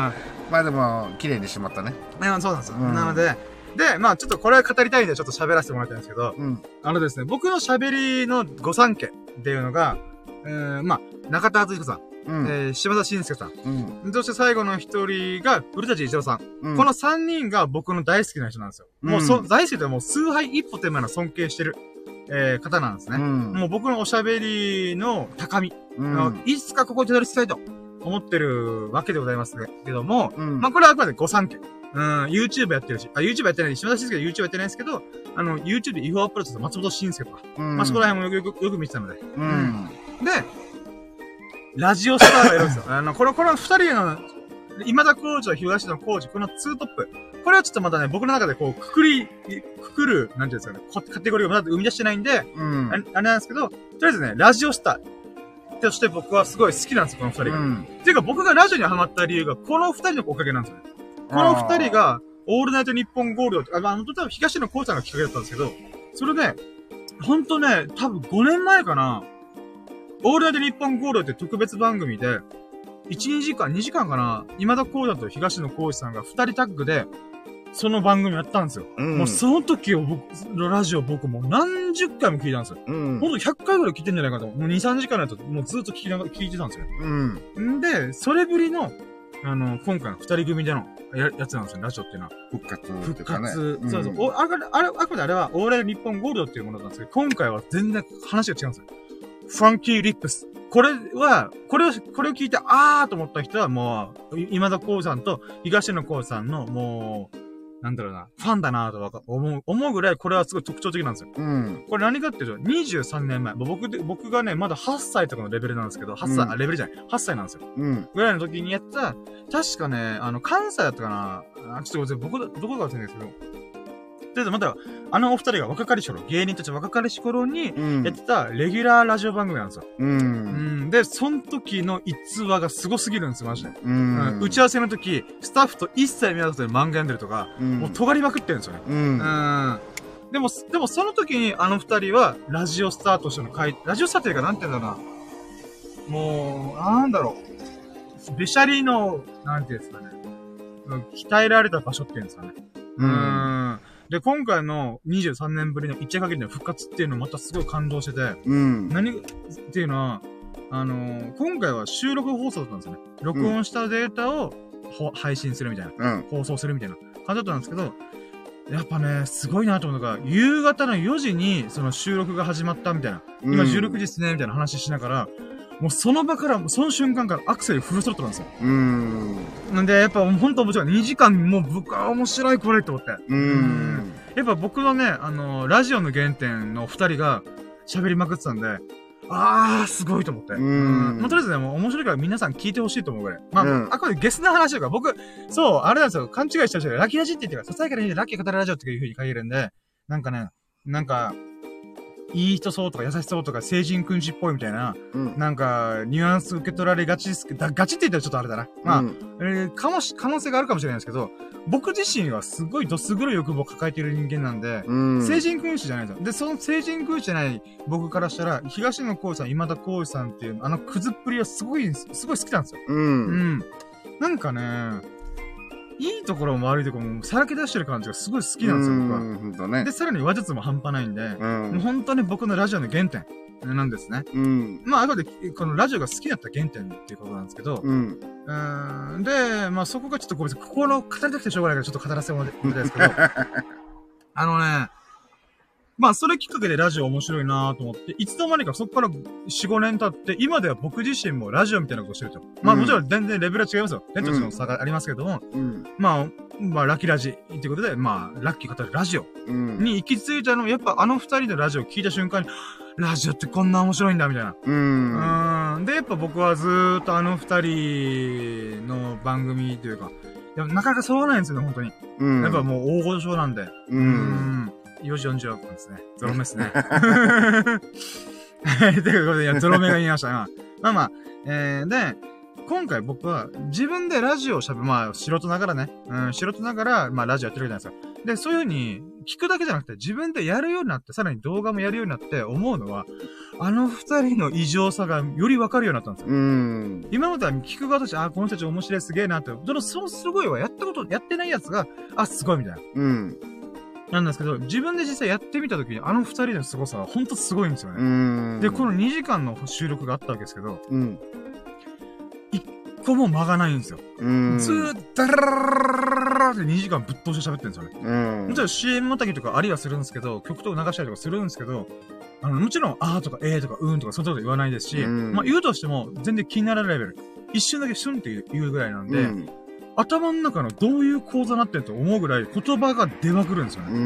まあでも、綺麗にしまったね。 いや、そうなんですよ。うん、なので、で、まあちょっとこれは語りたいんでちょっと喋らせてもらいたいんですけど、うん、あのですね、僕の喋りの御三家っていうのが、えー、まあ、中田敦彦さん、うん、えー、柴田晋介さん、うん、そして最後の一人が古舘一郎さん、うん、この三人が僕の大好きな人なんですよ。うん、もうそ、大好きでもう崇拝一歩手前の尊敬してる、えー、方なんですね。うん、もう僕のおしゃべりの高み、うん、いつかここにたどり着きたいと思ってるわけでございますけども、うん、まあこれはあくまで御三家。うん、YouTube やってるし、あ、YouTube やってない、島田紳介で YouTube やってないんですけど、あの、YouTube で違法アップロードする松本紳介とか、うん、まあそこら辺もよく、よく見てたので。うん。で、ラジオスターがいるんですよ。あの、この、この二人の、今田耕司と東野耕司、このツートップ。これはちょっとまたね、僕の中でこう、くくり、くくる、なんていうんですかね、カテゴリーをまだ生み出してないんで、うん、あれなんですけど、とりあえずね、ラジオスターとして僕はすごい好きなんですよ、この二人が。うん、っていうか僕がラジオにハマった理由が、この二人のおかげなんですよね。この二人が、オールナイトニッポンゴールド、あ、まあ、多分東野幸さんがきっかけだったんですけど、それで、ほんとね、多分ごねんまえかな、オールナイトニッポンゴールドって特別番組で、いち、にじかん、にじかんかな、今田耕司と東野幸さんが二人タッグで、その番組やったんですよ。うん、もうその時を僕、ラジオ僕もう何十回も聞いたんですよ。うん、ほんとひゃっかいぐらい聞いてんじゃないかと。もうに、さんじかんだともうずっと聞きながら聞いてたんですよ。うん。んで、それぶりの、あの、今回の二人組でのや、やつなんですよ、ラジオっていうのは。 復活、ね。 復活。そうそう。お、あれ、あれ、あくまであれは、オーライ日本ゴールドっていうものなんですけど、今回は全然話が違うんですよ。ファンキーリップス。これは、これを、これを聞いて、あーと思った人はもう、今田耕司さんと東野幸さんの、もう、なんだろうな、ファンだなぁと思う、思うぐらいこれはすごい特徴的なんですよ。うん。これ何かっていうと、にじゅうさんねんまえ。僕で、僕がね、まだはっさいとかのレベルなんですけど、はっさい、うん、あ、レベルじゃない、はっさいなんですよ。うん。ぐらいの時にやった、確かね、あの、関西だったかな、あ、ちょっと僕、どこか忘れないんですけど、とりあえずまた、あのお二人が若かりし頃、芸人たち若かりし頃に、やってたレギュラーラジオ番組なんですよ。うん。うん、で、その時の逸話がすごすぎるんですよ、マジで。うん。うん、打ち合わせの時、スタッフと一切見合わせて漫画読んでるとか、うん、もう尖りまくってるんですよね。うん。うん。でも、でもその時にあの二人は、ラジオスターとしての会、ラジオスターっていうか、なんて言うんだろうな。もう、なんだろう。べしゃりの、なんていうんですかね。鍛えられた場所っていうんですかね。うん。うんで、今回のにじゅうさんねんぶりの一夜限りの復活っていうのまたすごい感動してて、うん。何っていうのは、あのー、今回は収録放送だったんですよね。録音したデータを、うん、配信するみたいな、うん。放送するみたいな感じだったんですけど、やっぱね、すごいなと思うのが、夕方のよじにその収録が始まったみたいな、うん、今じゅうろくじですね、みたいな話しながら、もうその場から、その瞬間からアクセルフルスロットなんですよ。うーん。なんで、やっぱほんと面白い。にじかんもう僕は面白いこれって思って。うーん。やっぱ僕のね、あのー、ラジオの原点の二人が喋りまくってたんで、あー、すごいと思って。うん。まあ、とりあえずね、もう面白いから皆さん聞いてほしいと思うぐらい。まあ、うん、あくまでゲスな話とか、僕、そう、あれなんですよ、勘違いした人がラッキーラジって言ってから、ささやかにラッキー語るラジオっていう風に書いてるんで、なんかね、なんか、いい人そうとか優しそうとか成人君子っぽいみたいな、うん、なんか、ニュアンス受け取られがちですけど、ガチって言ったらちょっとあれだな。まあ、うん、えー、かもし、可能性があるかもしれないですけど、僕自身はすごいどす黒い欲望を抱えている人間なんで、うん、成人君子じゃないんですよ。で、その成人君子じゃない僕からしたら、東野幸治さん、今田耕司さんっていう、あのクズっぷりはすごい、すごい好きなんですよ。うん。うん。なんかね、いいところも悪いところもさらけ出してる感じがすごい好きなんですよ、僕は。ほんとね。で、さらに話術も半端ないんで、うん、もう本当に僕のラジオの原点なんですね。うん。まあ、後で、このラジオが好きだった原点っていうことなんですけど、うん。うんで、まあそこがちょっとごめんなさい。ここの語りたくてしょうがないからちょっと語らせてもらいたいですけど、あのね、まあ、それきっかけでラジオ面白いなぁと思って、いつの間にかそこからよん、ごねん経って、今では僕自身もラジオみたいなことをしてると。まあ、もちろん全然レベルは違いますよ。店長との差がありますけども、うん、まあ、まあ、ラッキーラジっていうことで、まあ、ラッキー語るラジオに行き着いたのも、やっぱあの二人でラジオを聞いた瞬間に、ラジオってこんな面白いんだ、みたいな。うん。うん。で、やっぱ僕はずーっとあの二人の番組というか、いやなかなか揃わないんですよね、本当に。うん。やっぱもう大御所なんで。うん。うんよじよんじゅうろっぷんですね。ゾロ目ですね。はい。ということで、いや、ゾロ目が言いましたが。まあまあ、えー、で、今回僕は自分でラジオを喋る、まあ、素人ながらね、うん、素人ながら、まあ、ラジオやってるわけじゃないですか。で、そういう風に、聞くだけじゃなくて、自分でやるようになって、さらに動画もやるようになって思うのは、 あの二人の異常さがよりわかるようになったんですよ。 うん。 今までは聞く側として、あ、この人たち面白いすげえなって、どの、そのすごいはやったこと、やってないやつが、あ、すごいみたいな。 うん。 なんですけど、自分で実際やってみたときに、あの二人の凄さはほんとすごいんですよね。 うん。 で、このにじかんの収録があったわけですけど、 うん。 一個も間がないんですよ。 うん。 ずーっと、ダラララララってにじかんぶっ通して喋ってるんですよね。 うん。 もちろん シーエム またぎとかありはするんですけど、曲とか流したりとかするんですけど、あの、もちろん、あーとかえーとかうーんとかそういうこと言わないですし、うん、まあ言うとしても、全然気にならないレベル。一瞬だけシュンって言うぐらいなんで、うん、頭の中のどういう構造になってると思うぐらい言葉が出まくるんですよね。うん、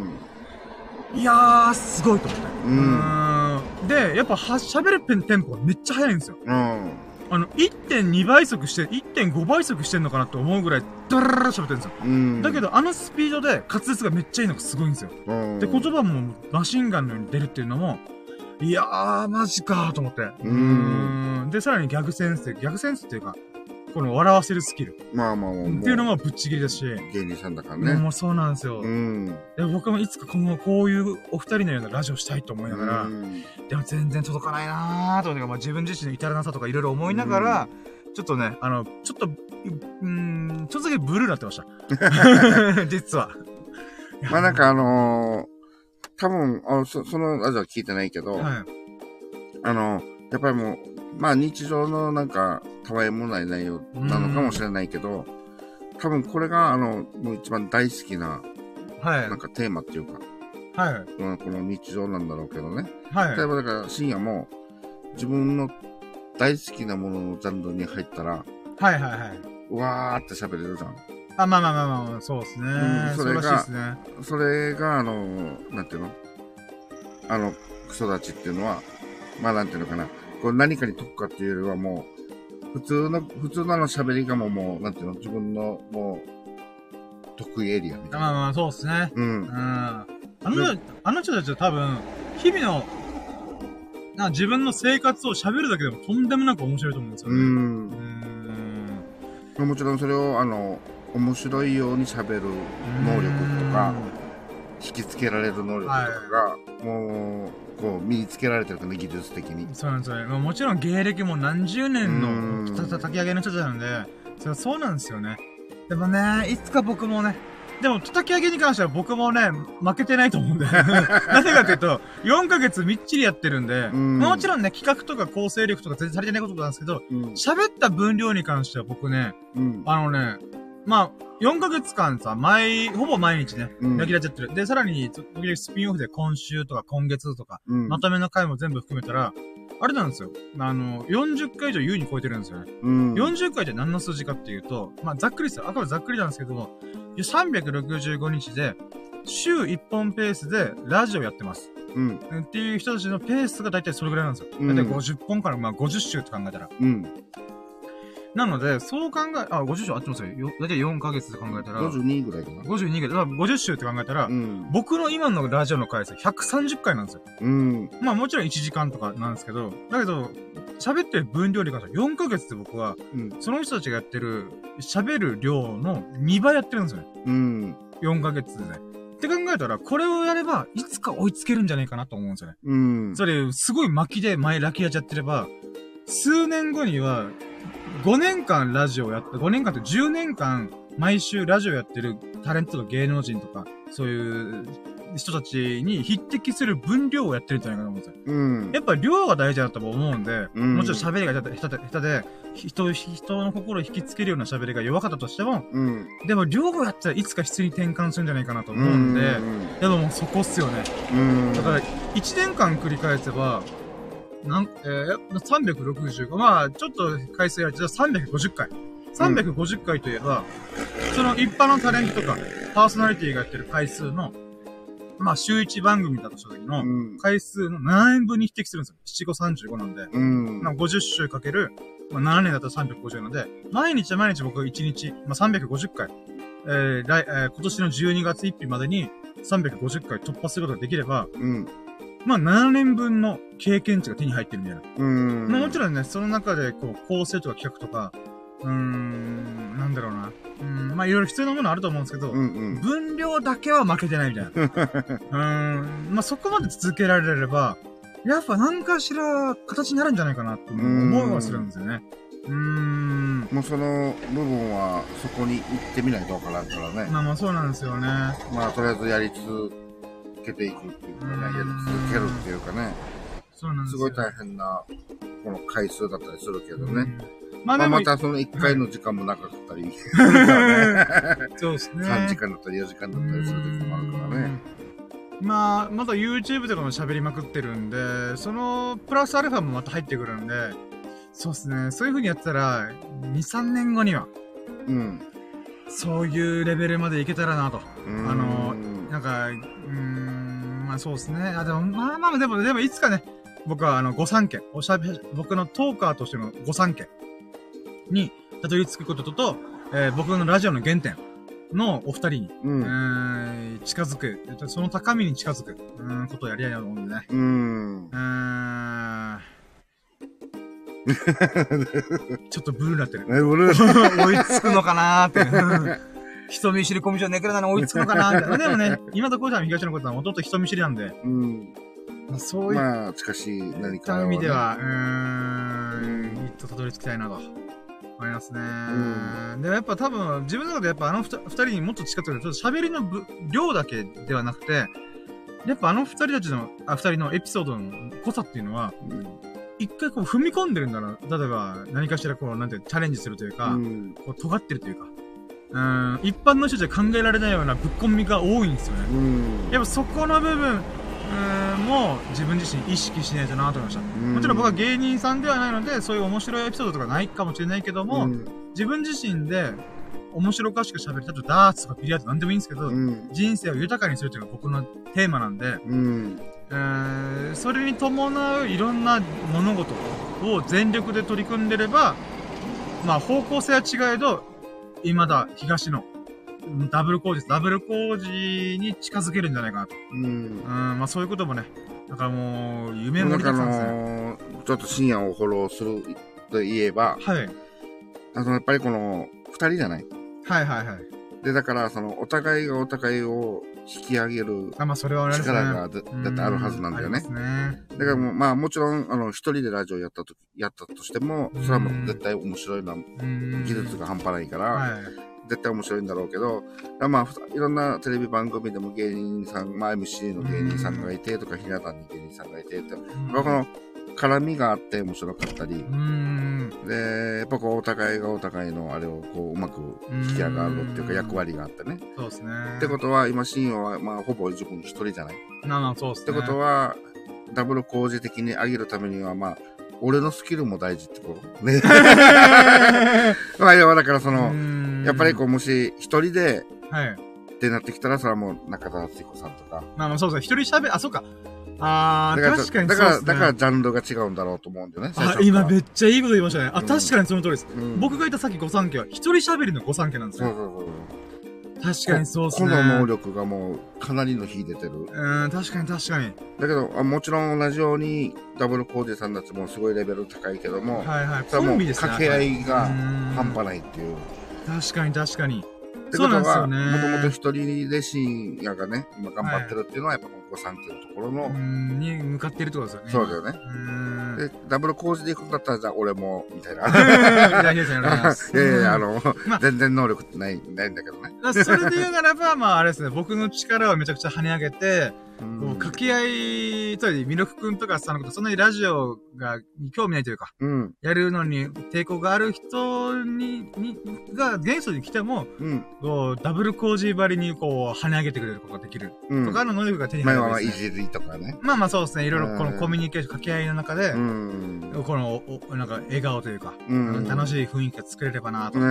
いやー、すごいと思って。うん、うんで、やっぱは、喋るペンテンポがめっちゃ速いんですよ。うん、あの、いってんに 倍速して、いってんご 倍速してんのかなって思うぐらい、ダラララ喋ってるんですよ。うん、だけど、あのスピードで滑舌がめっちゃいいのがすごいんですよ。うん、で、言葉もマシンガンのように出るっていうのも、いやー、マジかーと思って。うん。で、さらにギャグセンス、ギャグセンスっていうか、この笑わせるスキル。 まあまあまあ。 っていうのもぶっちぎりだし。 芸人さんだからね。 もうそうなんですよ。うん。で、僕もいつかこの、こういうお二人のようなラジオしたいと思いながら、うん、でも全然届かないなーと思って、まあ自分自身の至らなさとかいろいろ思いながら、うん、ちょっとね、あの、ちょっと、うーん、ちょっとだけブルーになってました。実は。 まあなんかあのー、多分、あそ、そのラジオは聞いてないけど、はい、あの、やっぱりもう、まあ日常のなんか、たわいもない内容なのかもしれないけど、多分これがあの、もう一番大好きな、はい、なんかテーマっていうか、はい、この日常なんだろうけどね。はい、例えばだから深夜も、自分の大好きなもののジャンルに入ったら、はいはいはい。うわーって喋れるじゃん。 あ、まあまあまあまあ、そうですね。うん、それが、そうらしいですね。 それが、あの、なんていうのあの、クソ立ちっていうのは、まあなんていうのかな。こう何かに特化っていうよりはもう、普通の、普通のあの喋りがもう、もう、なんていうの自分の、もう、得意エリアみたいな。 まあまあ、そうですね。うん。うん。あの、あの人たちは多分、日々の、な自分の生活を喋るだけでもとんでもなく面白いと思うんですよね。うん。 うん。もちろんそれを、あの、面白いように喋る能力とか、引きつけられる能力とかが、はい、もう、こう、身につけられてるかね、技術的に。 そうなんですよね。もちろん芸歴も何十年の叩き上げの人たちなんで、それはそうなんですよね。でもね、いつか僕もね、でも叩き上げに関しては僕もね、負けてないと思うんで。なぜかというと、よんかげつみっちりやってるんで、んもちろんね、企画とか構成力とか全然足りてないことなんですけど、喋、った分量に関しては僕ね、うん、あのね、まあ、よんかげつかんさ、毎、ほぼ毎日ね、ラキラジやってる。で、さらに、時々スピンオフで今週とか今月とか、うん、まとめの回も全部含めたら、あれなんですよ。あの、よんじゅっかい以上優に超えてるんですよね。うん、よんじゅっかいって何の数字かっていうと、まあ、ざっくりですよ。あくまでざっくりなんですけども、さんびゃくろくじゅうごにちで、週いっぽんペースでラジオやってます。うん。っていう人たちのペースが大体それぐらいなんですよ。うん、大体ごじゅっぽんから、まあごじゅっ週って考えたら。うん。なので、そう考え、あ、ごじゅっ週合ってますよ。よだいたいよんかげつで考えたら。 ごじゅうにぐらいかな。 ごじゅうにぐらい。ごじゅっ週って考えたら、うん、僕の今のラジオの回数ひゃくさんじゅっかいなんですよ。うん。まあもちろんいちじかんとかなんですけど、だけど、喋ってる分量に関してはよんかげつで僕は、うん、その人たちがやってる、喋る量のにばいやってるんですよね。うん。よんかげつで。って考えたら、これをやれば、いつか追いつけるんじゃないかなと思うんですよね。うん。それ、すごい巻きで前ラキラジやってれば、数年後には、ごねんかんラジオやった、ごねんかんってじゅうねんかん毎週ラジオやってるタレントとか芸能人とか、そういう人たちに匹敵する分量をやってるんじゃないかなと思うんですよ。うん。やっぱ量が大事だと思うんで、うん、もちろん喋りが下手で、下手で、人、人の心を引きつけるような喋りが弱かったとしても、うん。でも量をやったらいつか質に転換するんじゃないかなと思うんで、うん、でももうそこっすよね。うん。だから、いちねんかん繰り返せば、なん、えー、さんびゃくろくじゅうご、まあ、ちょっと回数やるとさんびゃくごじゅっかい。さんびゃくごじゅっかいといえば、うん、その一般のタレントとか、パーソナリティがやってる回数の、まあ、週いち番組だとした時の、回数のななねんぶんに匹敵するんですよ。なな、ご、さんじゅうごなんで。うん。まあ、ごじゅっ週かける、まあ、ななねんだったらさんびゃくごじゅうなんで、毎日毎日僕はいちにち、まあ、さんびゃくごじゅっかい、えー、来、えー、今年のじゅうにがつついたちまでにさんびゃくごじゅっかい突破することができれば、うん。まあ、ななねんぶんの経験値が手に入ってるみたいな。うん。まあ、もちろんね、その中で、こう、構成とか企画とか、うーん、なんだろうな。うん、まあ、いろいろ必要なものあると思うんですけど、うんうん、分量だけは負けてないみたいな。うーん、まあ、そこまで続けられれば、 やっぱ何かしら形になるんじゃないかなって思いはするんですよね。うーん。 もうその部分はそこに行ってみないとわからんからね。 まあまあそうなんですよね。 まあとりあえずやり続けていくっていうかね、やり続けるっていうかね。そうなんですよ。すごい大変なこの回数だったりするけどね。まあでも、まあ、またそのいっかいの時間も長かったり、 そうですね。 さんじかんだったりよじかんだったりする時もあるからね。 まあ、まだ YouTube とかも喋りまくってるんで、そのプラスアルファもまた入ってくるんで、そうですね。そういう風にやったら、に、さんねんごには、うん。そういうレベルまでいけたらなと。あの、なんか、うーん、まあそうですね。あ、でも、まあまあ、でも、でもいつかね、僕はあの、御三家、おしゃべ、僕のトーカーとしての御三家にたどり着くこととと、えー、僕のラジオの原点のお二人に、うん、えー、近づく、その高みに近づく、うん、ことをやりたいなと思うんでね。うん。うーんちょっとブルーになってる。え、ブルー追いつくのかなーって。人見知りコミュ障ネクラなの追いつくのかなーって。でもね、今とこうちゃん東のことは弟人見知りなんで。うん。まあ、そういう。まあ、 しかし何か、 ね。そういう意味では、うーん、一とたどり着きたいなと。思いますね。うん。でもやっぱ多分、自分の中でやっぱあの二人にもっと近づく、ちょっと喋りの量だけではなくて、やっぱあの二人たちの、あ、二人のエピソードの濃さっていうのは、うん一回こう踏み込んでるんだな。例えば、何かしらこう、なんていう、チャレンジするというか、うん、こう、尖ってるというか、うん、一般の人じゃ考えられないようなぶっ込みが多いんですよね。うん、やっぱそこの部分、うん、も自分自身意識しないとなと思いました。うん、もちろん僕は芸人さんではないので、そういう面白いエピソードとかないかもしれないけども、うん、自分自身で面白おかしく喋り、例えばダーツとかビリヤードなんでもいいんですけど、うん、人生を豊かにするというのが僕のテーマなんで、うんえー、それに伴ういろんな物事を全力で取り組んでれば、まあ方向性は違えど、未だ東のダブル工事、ダブル工事に近づけるんじゃないかなと。うん。うんまあそういうこともね、だからもう夢盛りだったんですね。あのー、ちょっと深夜をフォローすると言えば、はい。あの、やっぱりこの二人じゃない。 はいはいはい。 で、だからそのお互いがお互いを引き上げる力がだってあるはずなんだよね。ねだからもう、まあもちろん、あの、一人でラジオやったとき、やったとしても、それはもう絶対面白いな、技術が半端ないから、はい、絶対面白いんだろうけど、まあ、いろんなテレビ番組でも芸人さん、まあ エムシー の芸人さんがいてとか、ひな壇に芸人さんがいてって、まあこの絡みがあって面白かったり、で、やっぱこうお互いがお互いのあれをこううまく引き上がるっていうか役割があってね。 そうですね。 ってことは今深夜はまあほぼ自分一人じゃない。 なあ、そうですね。 ってことはダブル工事的に上げるためにはまあ俺のスキルも大事ってことね。まあだからそのやっぱりこうもし一人ではいってなってきたらそれはもう中田敦彦さんとか。 まあまあそうですね。一人喋あそうか。ああ、確かにそうですね。だから、だからジャンルが違うんだろうと思うんだよね。 あ、今めっちゃいいこと言いましたね。あ、うん、確かにその通りです。うん、僕が言ったさっき御三家は、一人喋りの御三家なんですよ。そうそうそう確かにそうですね。 この能力がもう、かなりの秀でてる。 うん、確かに確かに。 だけど、あもちろん同じように、ダブルコージさんたちもすごいレベル高いけども、はいはい。それはもう、掛け合いが半端ないっていう。 確かに確かに。 ってことは、もともと一人で深夜がね、今頑張ってるっていうのは、やっぱ御三家のところの、 に向かってるってことですよね。 そうだよね。で、ダブル工事で行くんだったら、じゃあ俺も、みたいな。いやいやいや、あの、全然能力ってない、ないんだけどね。 それで言うならば、まああれですね、僕の力をめちゃくちゃ跳ね上げて、こう掛け合い、つまり、ミルク君とかさんのこと、そんなにラジオが興味ないというか、うん、やるのに抵抗がある人に、に、がゲストに来ても、うん、こう、ダブル工事張りにこう、跳ね上げてくれることができる。うん、とかの能力が手に入る、ね。 まあまあ、いじりとかね。 まあまあそうですね、いろいろこのコミュニケーション、掛け合いの中で、うん、この、お、なんか、笑顔というか、うん、楽しい雰囲気が作れればなと。うん、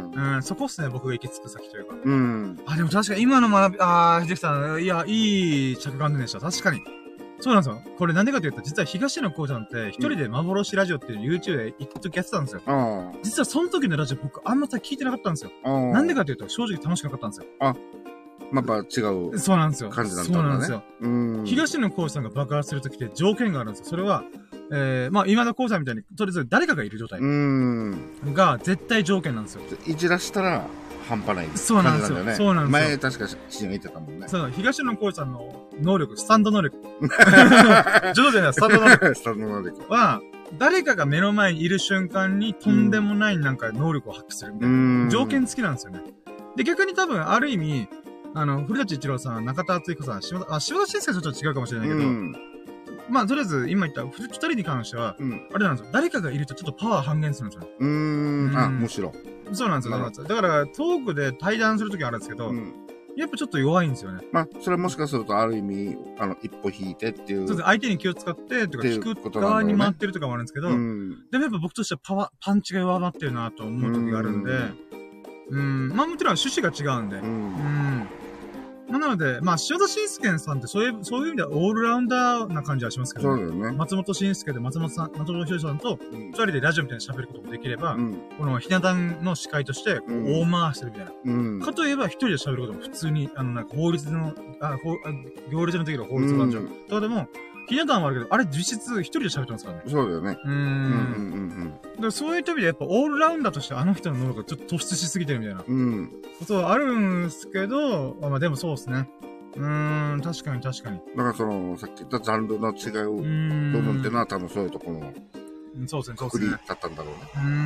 うん、そこっすね、僕が行き着く先というか。うん、あ、でも確かに今の学び、あー、秀樹さん、いや、いい着眼点でした。確かに。そうなんですよ。これなんでかというと、実は東野幸ちゃんって一人で幻ラジオっていう YouTube で一時やってたんですよ。うん、実はその時のラジオ僕あんま聞いてなかったんですよ。なんでかというと正直楽しくなかったんですよ。あ、 まあ、やっぱ違う。 そうなんですよ。 感じなんだね。 そうなんですよ。うん、東野幸ちゃんが爆発する時って条件があるんですよ。それは、えー、まあ今田幸ちゃんみたいに、とりあえず誰かがいる状態。うん。が絶対条件なんですよ。 いじらしたら、 半端ない感じそうなんですよ。 ね。 そうなんですよ。 前確か知人が言ってたもんね。 そう、東野幸治さんの能力、スタンド能力。上手じゃない、スタンド能力。 スタンド能力。 は、誰かが目の前にいる瞬間にとんでもないなんか能力を発揮するみたいな。条件付きなんですよね。で、逆に多分、ある意味、あの、古舘一郎さん、中田敦彦さん、島田、あ、島田紳介はちょっと違うかもしれないけど、まあ、とりあえず、今言った二人に関しては、あれなんですよ。誰かがいるとちょっとパワー半減するんですよ。 うーん。あ、むしろ。 そうなんですよ。だから、トークで対談するときあるんですけど、やっぱちょっと弱いんですよね。 まあ、それもしかするとある意味、あの、一歩引いてっていう。 そうです。相手に気を使って、とか、聞く側に回ってるとかもあるんですけど、でもやっぱ僕としてはパワー、パンチが弱まってるなと思うときがあるんで、うん、まあもちろん趣旨が違うんで、うん。まあ、なので、まあ、塩田慎介さんってそういう、そういう意味ではオールラウンダーな感じはしますけど、ね、そうだよね。松本慎介で松本さん、松本ひろさんと、二人でラジオみたいに喋ることもできれば、うん、このひな壇の司会として、大回してるみたいな。うん、かといえば、一人で喋ることも普通に、あの、なんか法律の、あ、法、行列の時の法律の感情。とかでも、ひな壇はあるけど、あれ実質一人で喋ってますからね。 そうだよね。うーん。うんうんうん。そういった意味でやっぱオールラウンダーとしてあの人の能力がちょっと突出しすぎてるみたいな。うん。ことはあるんですけど、まあでもそうですね。うーん、確かに確かに。 だからその、さっき言ったジャンルの違う部分っていうのは多分そういうところの、 そうですね、そうですね。 くくりだったんだろうね。 うーん。うん。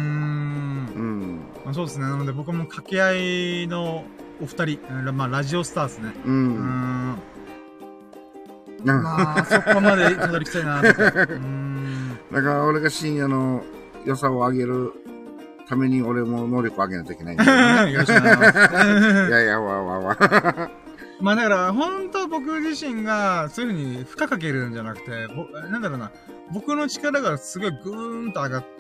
まあ、そうですね。なので僕も掛け合いのお二人、まあラジオスターですね。うん。うーん。まあ、そこまでたどり着きたいなとか。うーん。 だから俺が深夜の良さを上げるために俺も能力を上げないといけないんだよね。よろしくお願いします。いやいや、わわわ。 まあだから、本当僕自身がそういう風に負荷かけるんじゃなくて、ぼ、なんだろうな、僕の力がすごいぐーんと上がって、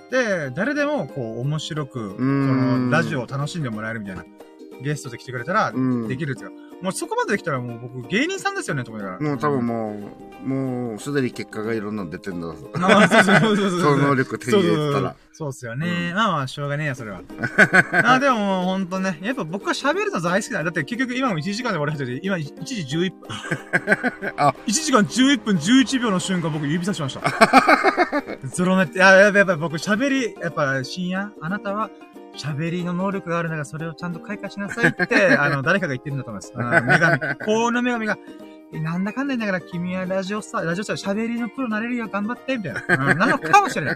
誰でもこう面白く、このラジオを楽しんでもらえるみたいな。ゲストで来てくれたら、できるんですよ。もうそこまでできたらもう僕芸人さんですよね、と思いながら。 もう多分もう、もうすでに結果がいろんなの出てんだぞ。 まあ、そうそうそうそう。 その能力手に入れたら。 そうっすよね。まあまあ、しょうがねえや、それは。あ、でももうほんとね、やっぱ僕は喋るの大好きだ。だって結局今もいちじかんで終わり始めて、今いちじじゅういっぷん。あ、いちじかんじゅういっぷんじゅういちびょうの瞬間僕指さしました。ゾロ目って、や、やっぱやっぱ僕喋り、やっぱ深夜、あなたは、喋りの能力があるならそれをちゃんと開花しなさいって、あの、誰かが言ってるんだと思います。あ女神。この女神が、なんだかんだ言いながら君はラジオスター、ラジオスター喋りのプロなれるよ、頑張って、みたいな。うん、なのかもしれない。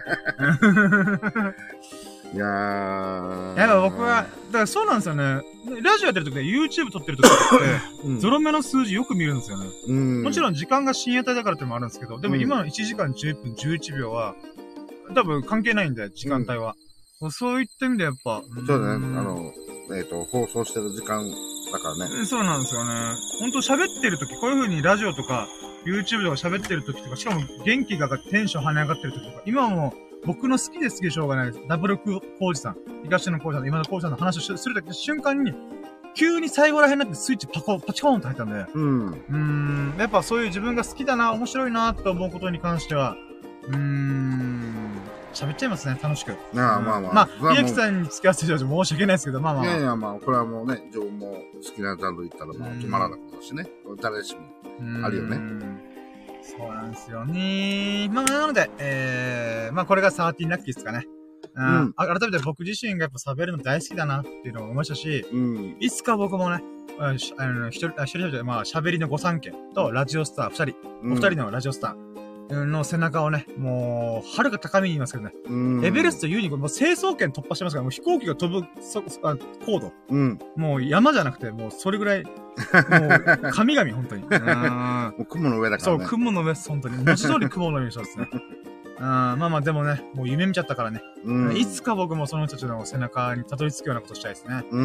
いやー。 やっぱ僕は、だからそうなんですよね。ラジオやってる時で YouTube 撮ってる時って、うん、ゾロ目の数字よく見るんですよね。うん、もちろん時間が深夜帯だからってのもあるんですけど、でも今のいちじかんじゅういっぷんじゅういちびょうは、多分関係ないんで、時間帯は。うん、そういった意味でやっぱ。 そうだね。あの、えっと、放送してる時間だからね。 そうなんですよね。ほんと喋ってる時、こういう風にラジオとか、YouTube とか喋ってる時とか、しかも元気が上がってテンション跳ね上がってる時とか、今はもう僕の好きで好きでしょうがないです。ダブルコージさん、東野コージさんと今田コージさんの話をするとき瞬間に、急に最後らへんになってスイッチパコ、パチコーンと入ったんで、うん。うーん。やっぱそういう自分が好きだな、面白いな、と思うことに関しては、うーん。喋っちゃいますね、楽しく。 ああ、まあまあ。 まあ、秀樹さんに付き合わせて申し訳ないですけど、まあまあ。 いやいや、まあ、これはもうね、情も好きなジャンル言ったらもう止まらなくなるしね。誰しもあるよね。 そうなんですよね。まあ、なので、えー、まあこれがサーティーラッキーですかね。うん。改めて僕自身がやっぱ喋るの大好きだなっていうのを思いましたし、うん、いつか僕もね、あの、一人、一人で、まあ喋りのご三家とラジオスター二人、お二人のラジオスター。の背中をね、もう、遥か高みにいますけどね。エベレストユニコーン、もう成層圏突破してますから、もう飛行機が飛ぶ、そ、あ高度。うん。もう山じゃなくて、もうそれぐらい、もう、神々、本当に。 もう雲の上だからね。 そう、雲の上です、本当に。文字通り雲の上の人ですね。あまあまあ、でもね、もう夢見ちゃったからね。うん、いつか僕もその人たちの背中にたどり着くようなことしたいですね。うん。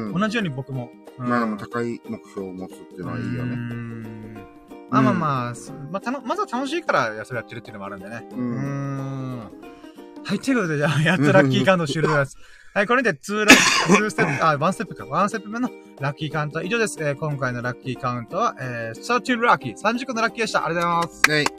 同じように僕も。 うん、まあでも高い目標を持つっていうのはいいよね。うん。 まあまあまあ、まあ、たの、まずは楽しいからそれやってるっていうのもあるんでね。うん。うーんはい、ということで、じゃあ、やっとラッキーカウント終了です。はい、これでにラ、にステップ、あ、いちステップか。いちステップ目のラッキーカウントは以上です。えー、今回のラッキーカウントは、えー、さんじゅうラッキー、さんじゅっこのラッキーでした。ありがとうございます。はい。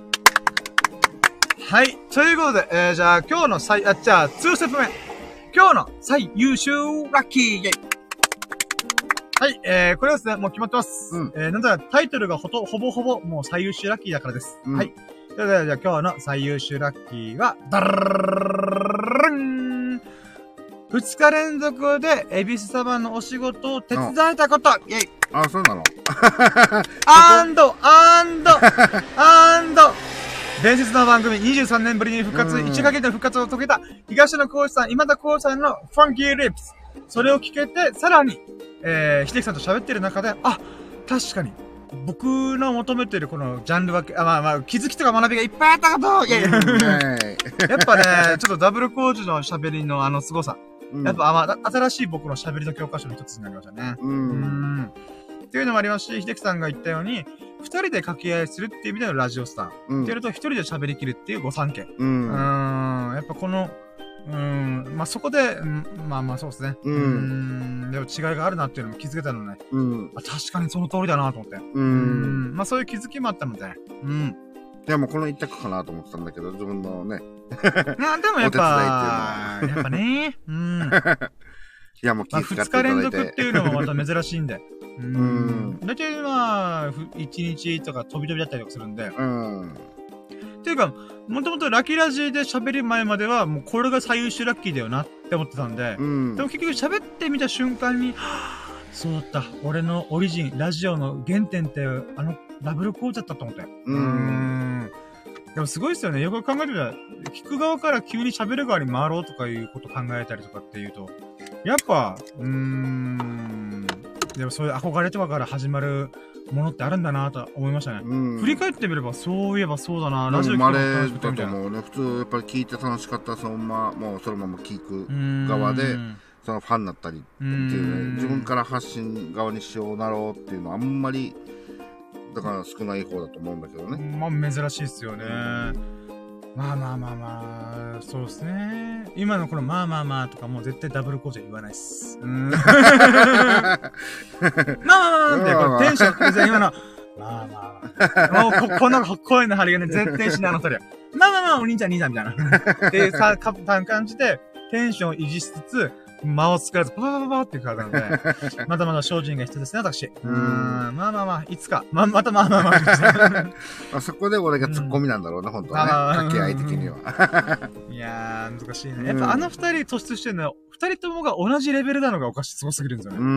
はい、ということで、えー、じゃあ、今日の最、あ、じゃあ、にステップ目。今日の最優秀ラッキーイェイはい、えー、これはですね、もう決まってます。うん。えー、なんだらタイトルがほと、ほぼほぼ、もう最優秀ラッキーだからです。うん、はい。ということで、じゃあ今日の最優秀ラッキーは、ダルルルルルルン二日連続で、エビス様のお仕事を手伝えたこと、イェイ。 あ、そうなのアンド、アンド、アンド、伝説の番組にじゅうさんねんぶりに復活、いちかげつの復活を遂げた、東野幸治さん、今田耕司さんのファンキーリップス。それを聞けて、さらに、えー、秀樹さんと喋ってる中で、あ、確かに、僕の求めてるこのジャンル分け、あ、まあまあ、気づきとか学びがいっぱいあったこといやいや、やっぱね、ちょっとダブルコーチの喋りのあの凄さ。うん、やっぱ、あ、まあ、新しい僕の喋りの教科書の一つになりましたね。うん。うんっていうのもありますし、秀樹さんが言ったように、二人で掛け合いするっていう意味でのラジオスター。うん。ってやると一人で喋りきるっていう御三家。うん。うーん。やっぱこの、うん。まあ、そこで、うん、まあまあそうですね。うん。うんでも違いがあるなっていうのも気づけたのね。うん。あ、確かにその通りだなと思って。うん。うんまあそういう気づきもあったので。うん。 いやもうこの一択かなと思ってたんだけど、自分のね。 いや、でもやっぱ、やっぱね。うん。 いやもう気づかっていただいて。まあ、二日連続っていうのもまた珍しいんで。うん。だいたいまあ、一日とか飛び飛びだったりとかするんで。うん。っていうか、もともとラッキーラジで喋る前までは、もうこれが最優秀ラッキーだよなって思ってたんで。うん。でも結局喋ってみた瞬間に、はぁ、そうだった。俺のオリジン、ラジオの原点って、あの、ダブルコーチだったと思って。うん。うーんでもすごいですよね。よく考えてみたら、聞く側から急に喋る側に回ろうとかいうこと考えたりとかっていうと、やっぱ、うーん、でもそういう憧れとかから始まるものってあるんだなと思いましたね。うん、振り返ってみれば、そういえばそうだな。ラジオ聞いて楽しかったみたいな。 もうね、普通やっぱり聞いて楽しかったそのまま、もうそのまま聞く側で、そのファンになったりっていうね、自分から発信側にしようなろうっていうのはあんまり、だから少ない方だと思うんだけどね。 まあ珍しいですよね。まあまあまあまあ、そうですね。今のこのまあまあまあとかもう絶対ダブルコーチは言わないっす。うん。まあまあまあってこれテンション、今の、まあまあ。もうこ、この声の張りがね、絶対しないのそりゃ。まあまあまあ、お兄ちゃん兄ちゃんみたいな。で、さ、か、たん感じで、テンションを維持しつつ、間を作らず、パパパパっていう体なので、まだまだ精進が必要ですね、私。うーん。まあまあまあ、いつか。ま、またまあまあまあ。まあそこで俺がツッコミなんだろうな、うん、本当はね。掛け合い的には。 いやー、難しいね。やっぱあの二人突出してるのは、二人ともが同じレベルなのがおかしすごすぎるんですよね。うん。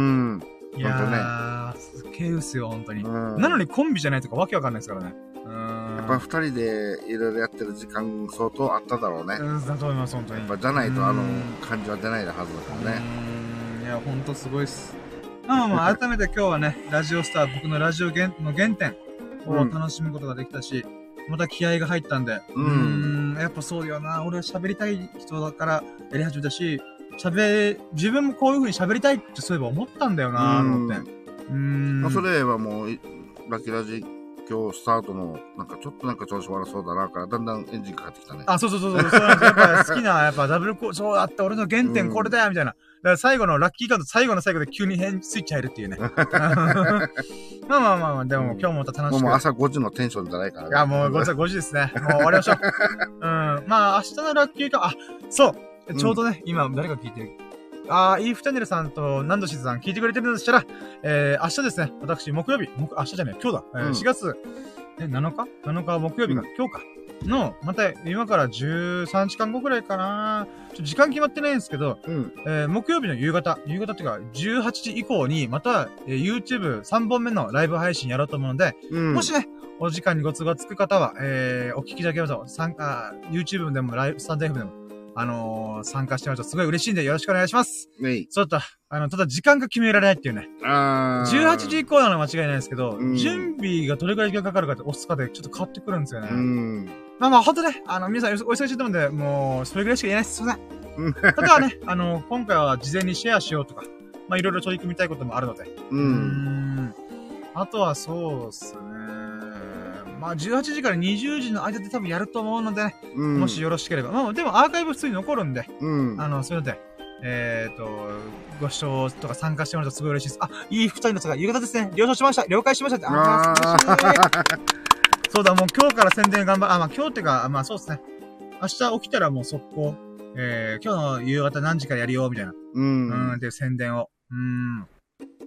いやー、すげえ薄よ、本当に。なのにコンビじゃないとかわけわかんないですからね。 やっぱ二人でいろいろやってる時間相当あっただろうね。 うん、だと思います、本当に。 やっぱじゃないとあの感じは出ないはずだからね。 うん、いや、ほんとすごいっす。まあまあ、改めて今日はね、ラジオスター、僕のラジオの原点を楽しむことができたし、うん、また気合が入ったんで、うん、ん、やっぱそうだよな。俺は喋りたい人だからやり始めたし、喋、自分もこういう風に喋りたいってそういえば思ったんだよな、と思って。 うん。まあ、それはもう、ラキラジ、今日スタートの、なんかちょっとなんか調子悪そうだな、からだんだんエンジンかかってきたね。 あ、そうそうそうそう。そうなんですやっぱ好きな、やっぱダブルコー、そうだって俺の原点これだよ、みたいな。だから最後のラッキーカード最後の最後で急に変スイッチ入るっていうね。まあまあまあまあ、でも今日もまた楽しく。 もう朝ごじのテンションじゃないからね。いや、もうごじ、ごじですね。もう終わりましょう。うん。まあ明日のラッキーカード、あ、そう。ちょうどね、うん、今誰が聞いてるあー、イーフチャンネルさんとナンドシズさん聞いてくれてるんでしたら、えー、明日ですね、私、木曜日、木明日じゃない、今日だ、えーうん、しがつ、え、なのか ?なのか木曜日か、うん、今日か。の、また、今からじゅうさんじかんごくらいかな。ちょっと時間決まってないんですけど、うん、えー、木曜日の夕方、夕方っていうか、じゅうはちじ以降に、また、えー、YouTubeさんぼんめのライブ配信やろうと思うので、うん、もしね、お時間にご都合つく方は、えー、お聞きいただけますと、参加、YouTube でも、ライブ、スタンド エフ でも、あのー、参加してもらうとすごい嬉しいんでよろしくお願いします。ねい。そうだった。あの、ただ時間が決められないっていうね。あー。じゅうはちじ以降なのは間違いないですけど、うん、準備がどれくらい時間かかるかって押すかでちょっと変わってくるんですよね。うん。まあまあ、ほんとね、あの、皆さんお忙しいと思うんで、もう、それぐらいしか言えないです。すいません。ただね、あの、今回は事前にシェアしようとか、まあいろいろ取り組みたいこともあるので。うん。うーんあとはそうっすね。まあ、じゅうはちじからにじゅうじの間で多分やると思うのでね。うん、もしよろしければ。まあ、でもアーカイブ普通に残るんで。うん、あの、そういうので、えっ、ー、と、ご視聴とか参加してもらうとすごい嬉しいです。あ、いい二人の差が夕方ですね。了承しました。了解しましたって。あー、そうだ、もう今日から宣伝頑張る。あ、まあ今日ってか、まあそうですね。明日起きたらもう速攻、えー、今日の夕方何時からやるよ、みたいな。うん。うん、っていう宣伝を。うん。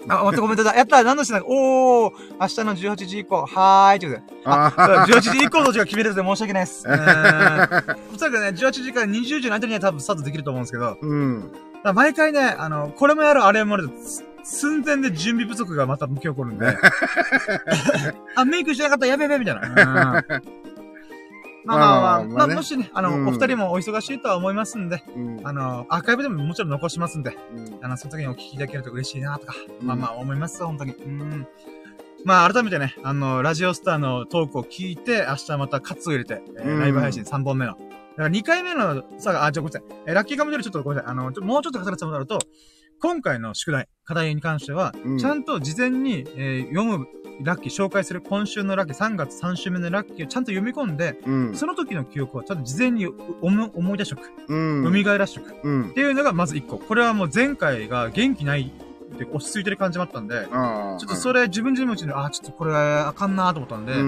あ、またコメントだ。やった何のしてないおー、明日のじゅうはちじ以降、はーい、ということで。あ、じゅうはちじ以降の時が決めれずで申し訳ないです。うーん。おそらくね、じゅうはちじからにじゅうじの間には多分スタートできると思うんですけど。うん。だ毎回ね、あの、これもやる、あれもやる、寸前で準備不足がまた起こるんで。あ、メイクしてなかったやべやべみたいな。まあまあまあ、まあ、もしね、あの、お二人もお忙しいとは思いますんで、あの、アーカイブでももちろん残しますんで、あの、その時にお聞きいただけると嬉しいなとか、まあまあ思います、本当に。うん。まあ改めてね、あの、ラジオスターのトークを聞いて、明日またカツを入れて、ライブ配信さんぼんめの。だからにかいめの、さあ、あ、ちょ、ごめんなさい。え、ラッキーカムよりちょっとごめんなさい。あの、もうちょっと語らせてもらうと、今回の宿題、課題に関しては、ちゃんと事前に、えー、読む、ラッキー紹介する今週のラッキー、さんがつさん週目のラッキーをちゃんと読み込んで、うん、その時の記憶をちゃんと事前に思い出しとく。うん、蘇らしとく、うん。っていうのがまずいっこ。これはもう前回が元気ないって落ち着いてる感じもあったんで、ちょっとそれ自分自身のうちに、あ、ちょっとこれあかんなと思ったんで、うん。うん、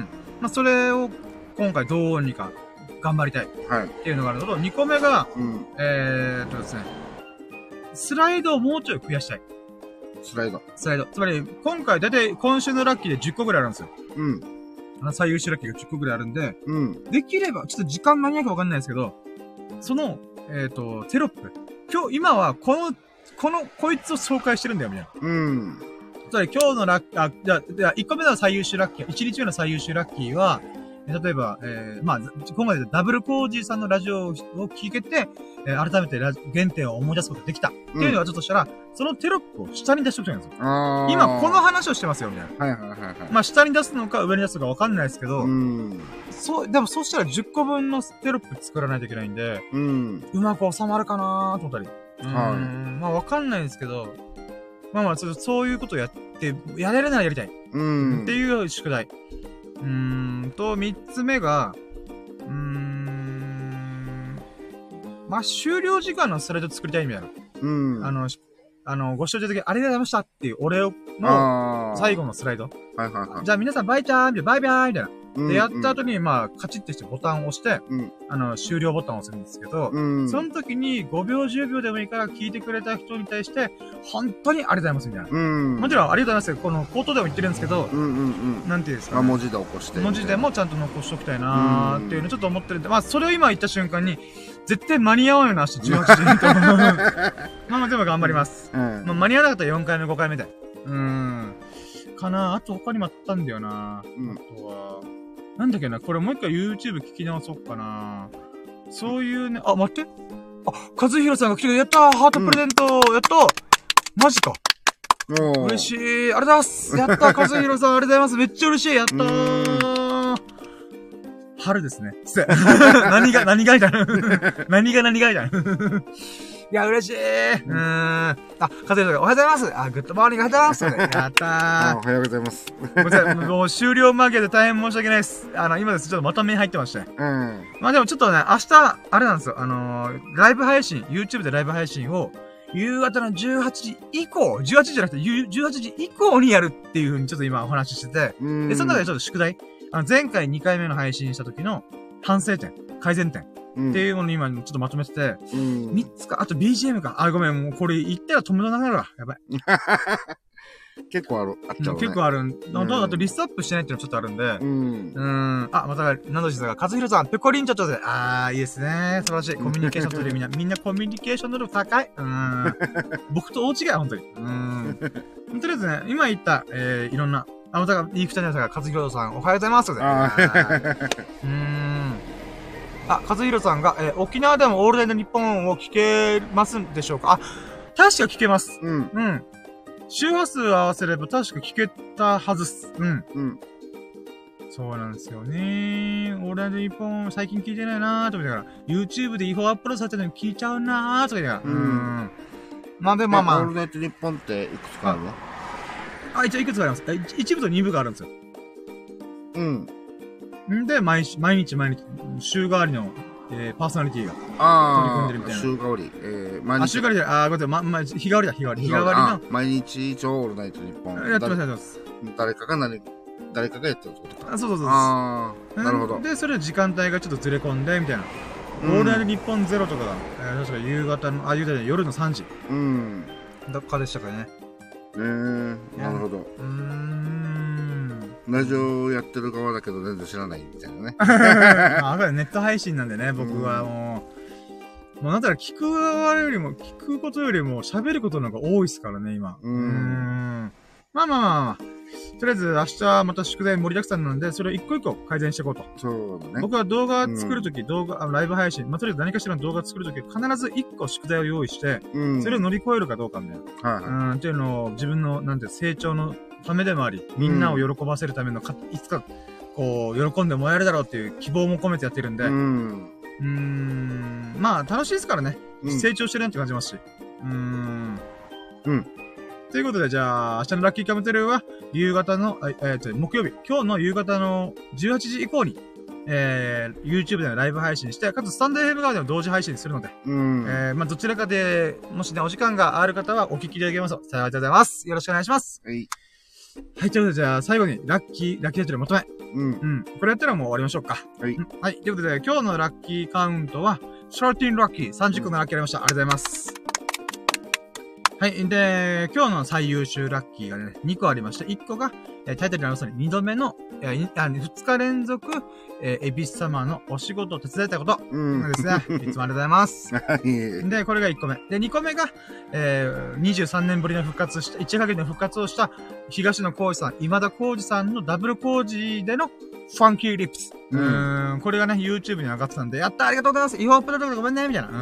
まあそれを今回どうにか頑張りたい。はい。っていうのがあるのと、にこめが、うん、えーっとですね、スライドをもうちょい増やしたい。 スライド。 スライド。つまり、今回だいたい今週のラッキーでじゅっこぐらいあるんですよ。うん。あの、最優秀ラッキーがじゅっこぐらいあるんで、うん。できれば、ちょっと時間間に合うかわかんないですけど、その、えっと、テロップ。今日、今は、この、この、こいつを紹介してるんだよ、みたいな。うん。つまり、今日のラッキー、あ、じゃあ、じゃあ、いっこめの最優秀ラッキー、いちにちめの最優秀ラッキーは、例えば、えー、まあ、今までダブルコージーさんのラジオを聞けて、えー、改めてラジ原点を思い出すことができた。っていうのはちょっとしたら、そのテロップを下に出しておきたいんですよ。今、この話をしてますよ、みたいな。はいはいはいはい。まあ、下に出すのか上に出すのかわかんないですけど、うん。そう、でもそうしたらじゅっこぶんのテロップ作らないといけないんで、うん。うまく収まるかなーと思ったり。はい。うん。まあ、わかんないですけど、まあまあ、そういうことをやって、やれるならやりたい。うん。っていう宿題。うーんと、三つ目が、うーん、まあ、終了時間のスライド作りたいみたいな。うん。あの、あの、ご視聴いただきありがとうございましたっていうお礼の最後のスライド。はいはいはい。じゃあ皆さんバイチャーみたいな、バイバイみたいな。で、やった後に、まあ、カチッてしてボタンを押して、うん、あの、終了ボタンを押すんですけど、うん、その時にごびょう、じゅうびょうでもいいから聞いてくれた人に対して、本当にありがとうございますみたいな。うん、もちろんありがとうございますけど、この口頭でも言ってるんですけど、うんうんうん、なんていうんですか、ね。 まあ、文字で起こして。 文字でもちゃんと残しておきたいなーっていうのをちょっと思ってるんで、まあ、それを今言った瞬間に、絶対間に合わないな、明日じゅうはちじにと。まあまあ、でも頑張ります。うん、まあ、間に合わなかったらよんかいめ、ごかいめで。うーん。かなあと他にもあったんだよな、うん、あとは、なんだっけな、これもう一回 YouTube 聞き直そうかな。そういうね、あ、待って。あ、和弘さんが来てくれ、やったーハートプレゼント、うん、やったーマジか。嬉しい。ありがとうございます。やったー和弘さん、ありがとうございます。めっちゃ嬉しい。やったー。春ですね。何が、何がいた何が何がいたいや、嬉しい。うーん。あ、かずゆさんがおはようございます。あ、グッドモーニングおはようございます。やったー。 おはようございます。 ごめんなさい。もう終了間際で大変申し訳ないです。あの、今です。ちょっとまとめ入ってまして。うん。まあでもちょっとね、明日、あれなんですよ。あのー、ライブ配信、YouTube でライブ配信を、夕方のじゅうはちじ以降、じゅうはちじじゃなくて、じゅうはちじ以降にやるっていう風にちょっと今お話ししてて、で、その中でちょっと宿題。あの、前回にかいめの配信した時の反省点、改善点。っていうものを今ちょっとまとめてて、うん、みっつか、あと ビージーエム か。あ、ごめん、もうこれ言ったら止めながらわ。やばい。 結構ある。あっちゃうね。 結構あるん。うん、あとリストアップしてないっていうのちょっとあるんで、うん。うん。あ、また、ナドシさんが、和弘さん、ペコリンチョチョで。あー、いいですね。素晴らしい。コミュニケーション取れるみんな。みんなコミュニケーション能力高い。うん。僕と大違い、本当に。うん。とりあえずね、今言った、えー、いろんな、あ、また、いいふたりのさんが、和弘さん、おはようございます。あー。うーん。あ、和弘さんが、えー、沖縄でもオールナイトニッポンを聞けますんでしょうか？あ、確か聞けます。うん。うん。周波数合わせれば確か聞けたはずっす。うん。うん。そうなんですよね。オールナイトニッポン最近聞いてないなーと思いながら、YouTube で違法アップロードされてるの聞いちゃうなーとか言いながら。うん。うん。まあで、まあまあ。 オールナイトニッポンっていくつかあるの？ あ、一応いくつかあります。一部と二部があるんですよ。うん。んで、毎日、毎日毎日、週替わりの、えー、パーソナリティが、取り込んでるみたいな。 週替わり。えー、毎日。 あ、週替わりだ。あー、ごめんなさい。ま、ま、日替わりだ、日替わり。日替わりの。 毎日一応オールナイトニッポン。 やってます、やってます。 誰かが何、誰かがやってるってことか。 あ、そうそうそう。 あー、なるほど。 で、それ時間帯がちょっとずれ込んで、みたいな。オールナイトニッポンゼロとかが、えー、確か夕方の、あ、夕方で夜のさんじ。うん。だっかでしたかね。 えー、なるほど。うーん。ラジオやってる側だけど全然知らないみたいなね。 まあ、ネット配信なんでね、僕はもう、もうなんだろ、聞く側よりも、聞くことよりも喋ることの方が多いですからね、今。うーん。まあまあまあまあ。とりあえず明日また宿題盛りだくさんなんで、それを一個一個改善していこうと。 そうだね。 僕は動画作るとき、うん、動画、ライブ配信、まあ、とりあえず何かしらの動画作るときは必ず一個宿題を用意して、うん、それを乗り越えるかどうかみたいな。はい、はい。うん、っていうのを自分の、なんて、成長のためでもあり、みんなを喜ばせるためのか、いつか、こう、喜んでもらえるだろうっていう希望も込めてやってるんで、うん。うーん、まあ、楽しいですからね。うん、成長してるなって感じますし。うーん。うん。ということで、じゃあ、明日のラッキーカムテルは、夕方の、えー、と、木曜日、今日の夕方のじゅうはちじ以降に、えー、YouTube でのライブ配信して、かつスタンド エフエム 側でも同時配信するので、うん、えー、まあ、どちらかで、もしね、お時間がある方はお聞きいただけますと、さようでございます。よろしくお願いします。はい。はい、ということで、じゃあ、最後に、ラッキー、ラッキーラッチのまとめ。うん。うん。これやったらもう終わりましょうか。はい。うん、はい。ということで、今日のラッキーカウントは、じゅうさんラッキー、さんじゅっこのラッキーありました。ありがとうございます。はい。で、今日の最優秀ラッキーがね、にこありまして、いっこが、えー、タイトルにありますように、にどめの、えー、あふつか連続、えー、エビス様のお仕事を手伝いたこと。うん。ですね。いつもありがとうございます。はい。で、これがいっこめ。で、にこめが、えー、にじゅうさんねんぶりの復活した、いちかげつの復活をした、東野幸治さん、今田耕司さんのダブル工事での、ファンキーリップス。うん。うんこれがね、YouTube に上がってたんで、やったありがとうございます違法プロトコルごめんねみたいな。うん。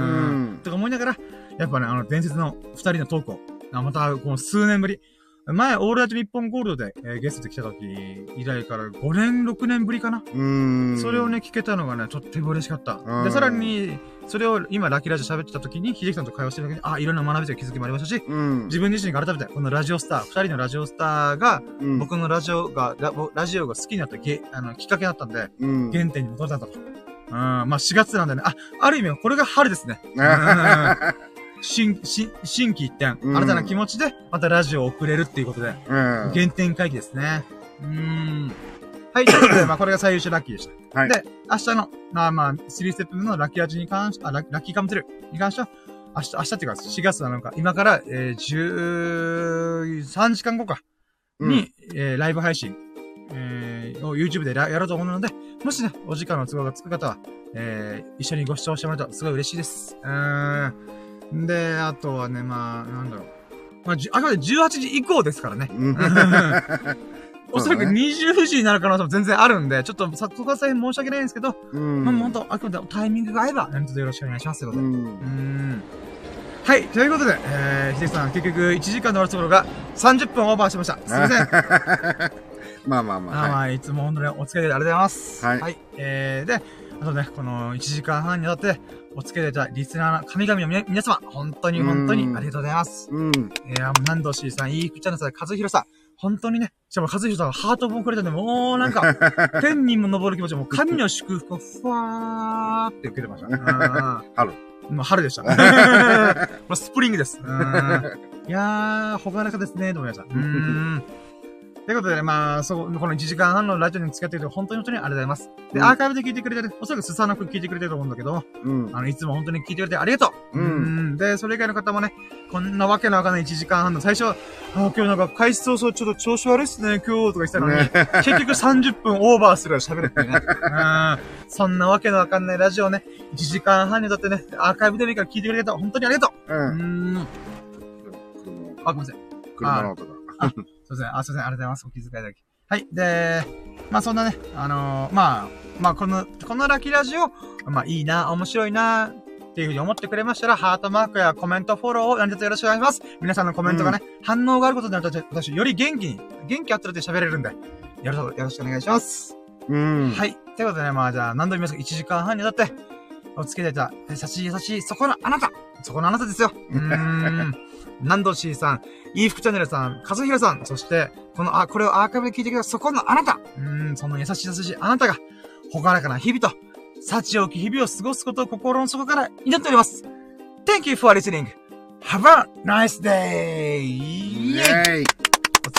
とか思いながら、やっぱね、あの、伝説の二人のトークを、また、この数年ぶり。前、オールナイトニッポンゴールドで、えー、ゲストで来た時以来からごねん、ろくねんぶりかな。うーん。それをね、聞けたのがね、とっても嬉しかった。で、さらに、それを今、ラッキーラジオ喋ってた時に、秀樹さんと会話してる時に、あ、いろんな学びと気づきもありましたし、うん、自分自身が改めて、このラジオスター、二人のラジオスターが、うん、僕のラジオがラ、ラジオが好きになったゲ、あの、きっかけだったんで、うん、原点に戻ったんだと。うん、まあしがつなんでね、あ、ある意味、これが春ですね。新、新、新規一点、うん、新たな気持ちで、またラジオを送れるっていうことで、うん、原点回帰ですね。うーん。はい、ということで、まあ、これが最優秀ラッキーでした。はい。で、明日の、まあまあ、スリーステップのラッキーラジに関して、あ、ラッキーカムテルに関しては、明日、明日っていうか、しがつなのか、今から、えー、じゅうさんじかんごか、に、うん、えー、ライブ配信、えー、を YouTube でやろうと思うので、もしね、お時間の都合がつく方は、えー、一緒にご視聴してもらえるとすごい嬉しいです。うーん。で、あとはね、まあ、なんだろう。まあ、あくまでじゅうはちじ以降ですからね。おそらくにじゅうじになる可能性も全然あるんで、ちょっと、そこは大変申し訳ないんですけど、うん、まあ、ほんと、あくまでタイミングが合えば、何卒よろしくお願いします。ということで。うん。うんはい、ということで、えー、ひできさん、結局いちじかんで終わるところがさんじゅっぷんオーバーしました。すいません。 まあまあまあ。 まあまあ、いつも本当にお付き合いでありがとうございます。はい。はい。えー、で、あとね、このいちじかんはんにわたって、お付き合いいただいたリスナーの神々の皆様、本当に本当にありがとうございます。うん。えー、南道 C さん、いいふちゃんのさん、和弘さん、本当にね、しかも和弘さんがハートもくれたんで、もうなんか、天にも昇る気持ち、もう神の祝福をふわーって受けてました。 春。 もう春でした。もうスプリングです。いやー、ほがらかですね、と思いました。うーん。ということでね、まあ、そう、このいちじかんはんのラジオに付き合ってくれて本当に本当にありがとうございます。で、うん、アーカイブで聞いてくれてる、おそらくスサノく聞いてくれてると思うんだけど、うん、あの、いつも本当に聞いてくれてありがとう、うん、うんで、それ以外の方もね、こんなわけのわかんないいちじかんはんの最初、あ今日なんか開始早々ちょっと調子悪いっすね、今日とか言ってたのに、ね、結局さんじゅっぷんオーバーするから喋るっていうね。うんそんなわけのわかんないラジオね、いちじかんはんにとってね、アーカイブでもいいから聞いてくれて本当にありがとう。うん。うん。あ、ごめんなさい。 車の音が。 あ、すいません。あ、すいません。ありがとうございます。お気遣いいただき。はい。で、まあそんなね、あのー、まあ、まあこの、このラッキーラジオ、まあいいな、面白いな、っていうふうに思ってくれましたら、ハートマークやコメント、フォローを何卒よろしくお願いします。皆さんのコメントがね、うん、反応があることになると、私、より元気に、元気あったらで喋れるんで、よろよろしくお願いします。うん。はい。ということでね、まあじゃあ何度も言いますか、いちじかんはんにわたって、お付き合いいただいた、優しい優しい、そこのあなたそこのあなたですよ。うーん。南道 C さん、いいふくチャンネルさん、和弘さん、そして、この、あ、これをアーカイブで聞いてくれたそこのあなたうーん、その優しい優しいあなたが、ほがらかな日々と、幸多き日々を過ごすことを心の底から祈っております。Thank you for listening. Have a nice day! イェイお疲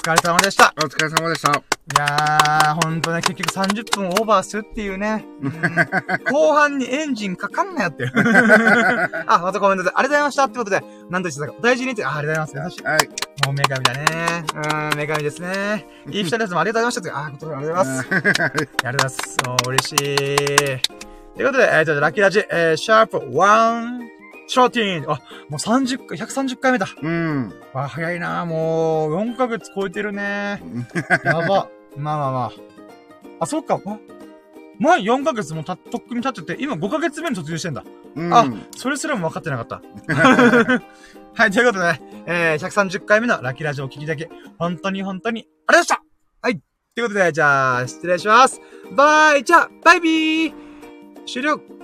疲れ様でした。 お疲れ様でした。いやー、ほんとね、結局さんじゅっぷんオーバーするっていうね。うん、後半にエンジンかかんなよっていう。あ、またコメントで、ありがとうございましたってことで、なんとしてたか、お大事にって、あ、ありがとうございます。 はい。 もう女神だね。うん、女神ですね。いい人ですもありがとうございましたって、あ、ことでありがとうございます。ありがとうございます。もう嬉しい。ということで、えー、と、ラッキーラジ、えー、シャープワン、ショーティーン。あ、もうさんじゅっかい、ひゃくさんじゅっかいめだ。 うん。 あ、早いなもう、よんかげつ超えてるね。やば。まあまあまあ。あ、そうか。前よんかげつもた、とっくに経ってて、今ごかげつめに突入してんだ。うん、あ、それすらも分かってなかった。はい、ということでね、えー、ひゃくさんじゅっかいめのラッキーラジオを聞きいただき、本当に本当にありがとうございました。はい。ということで、じゃあ、失礼します。バイ、じゃあ、バイビー終了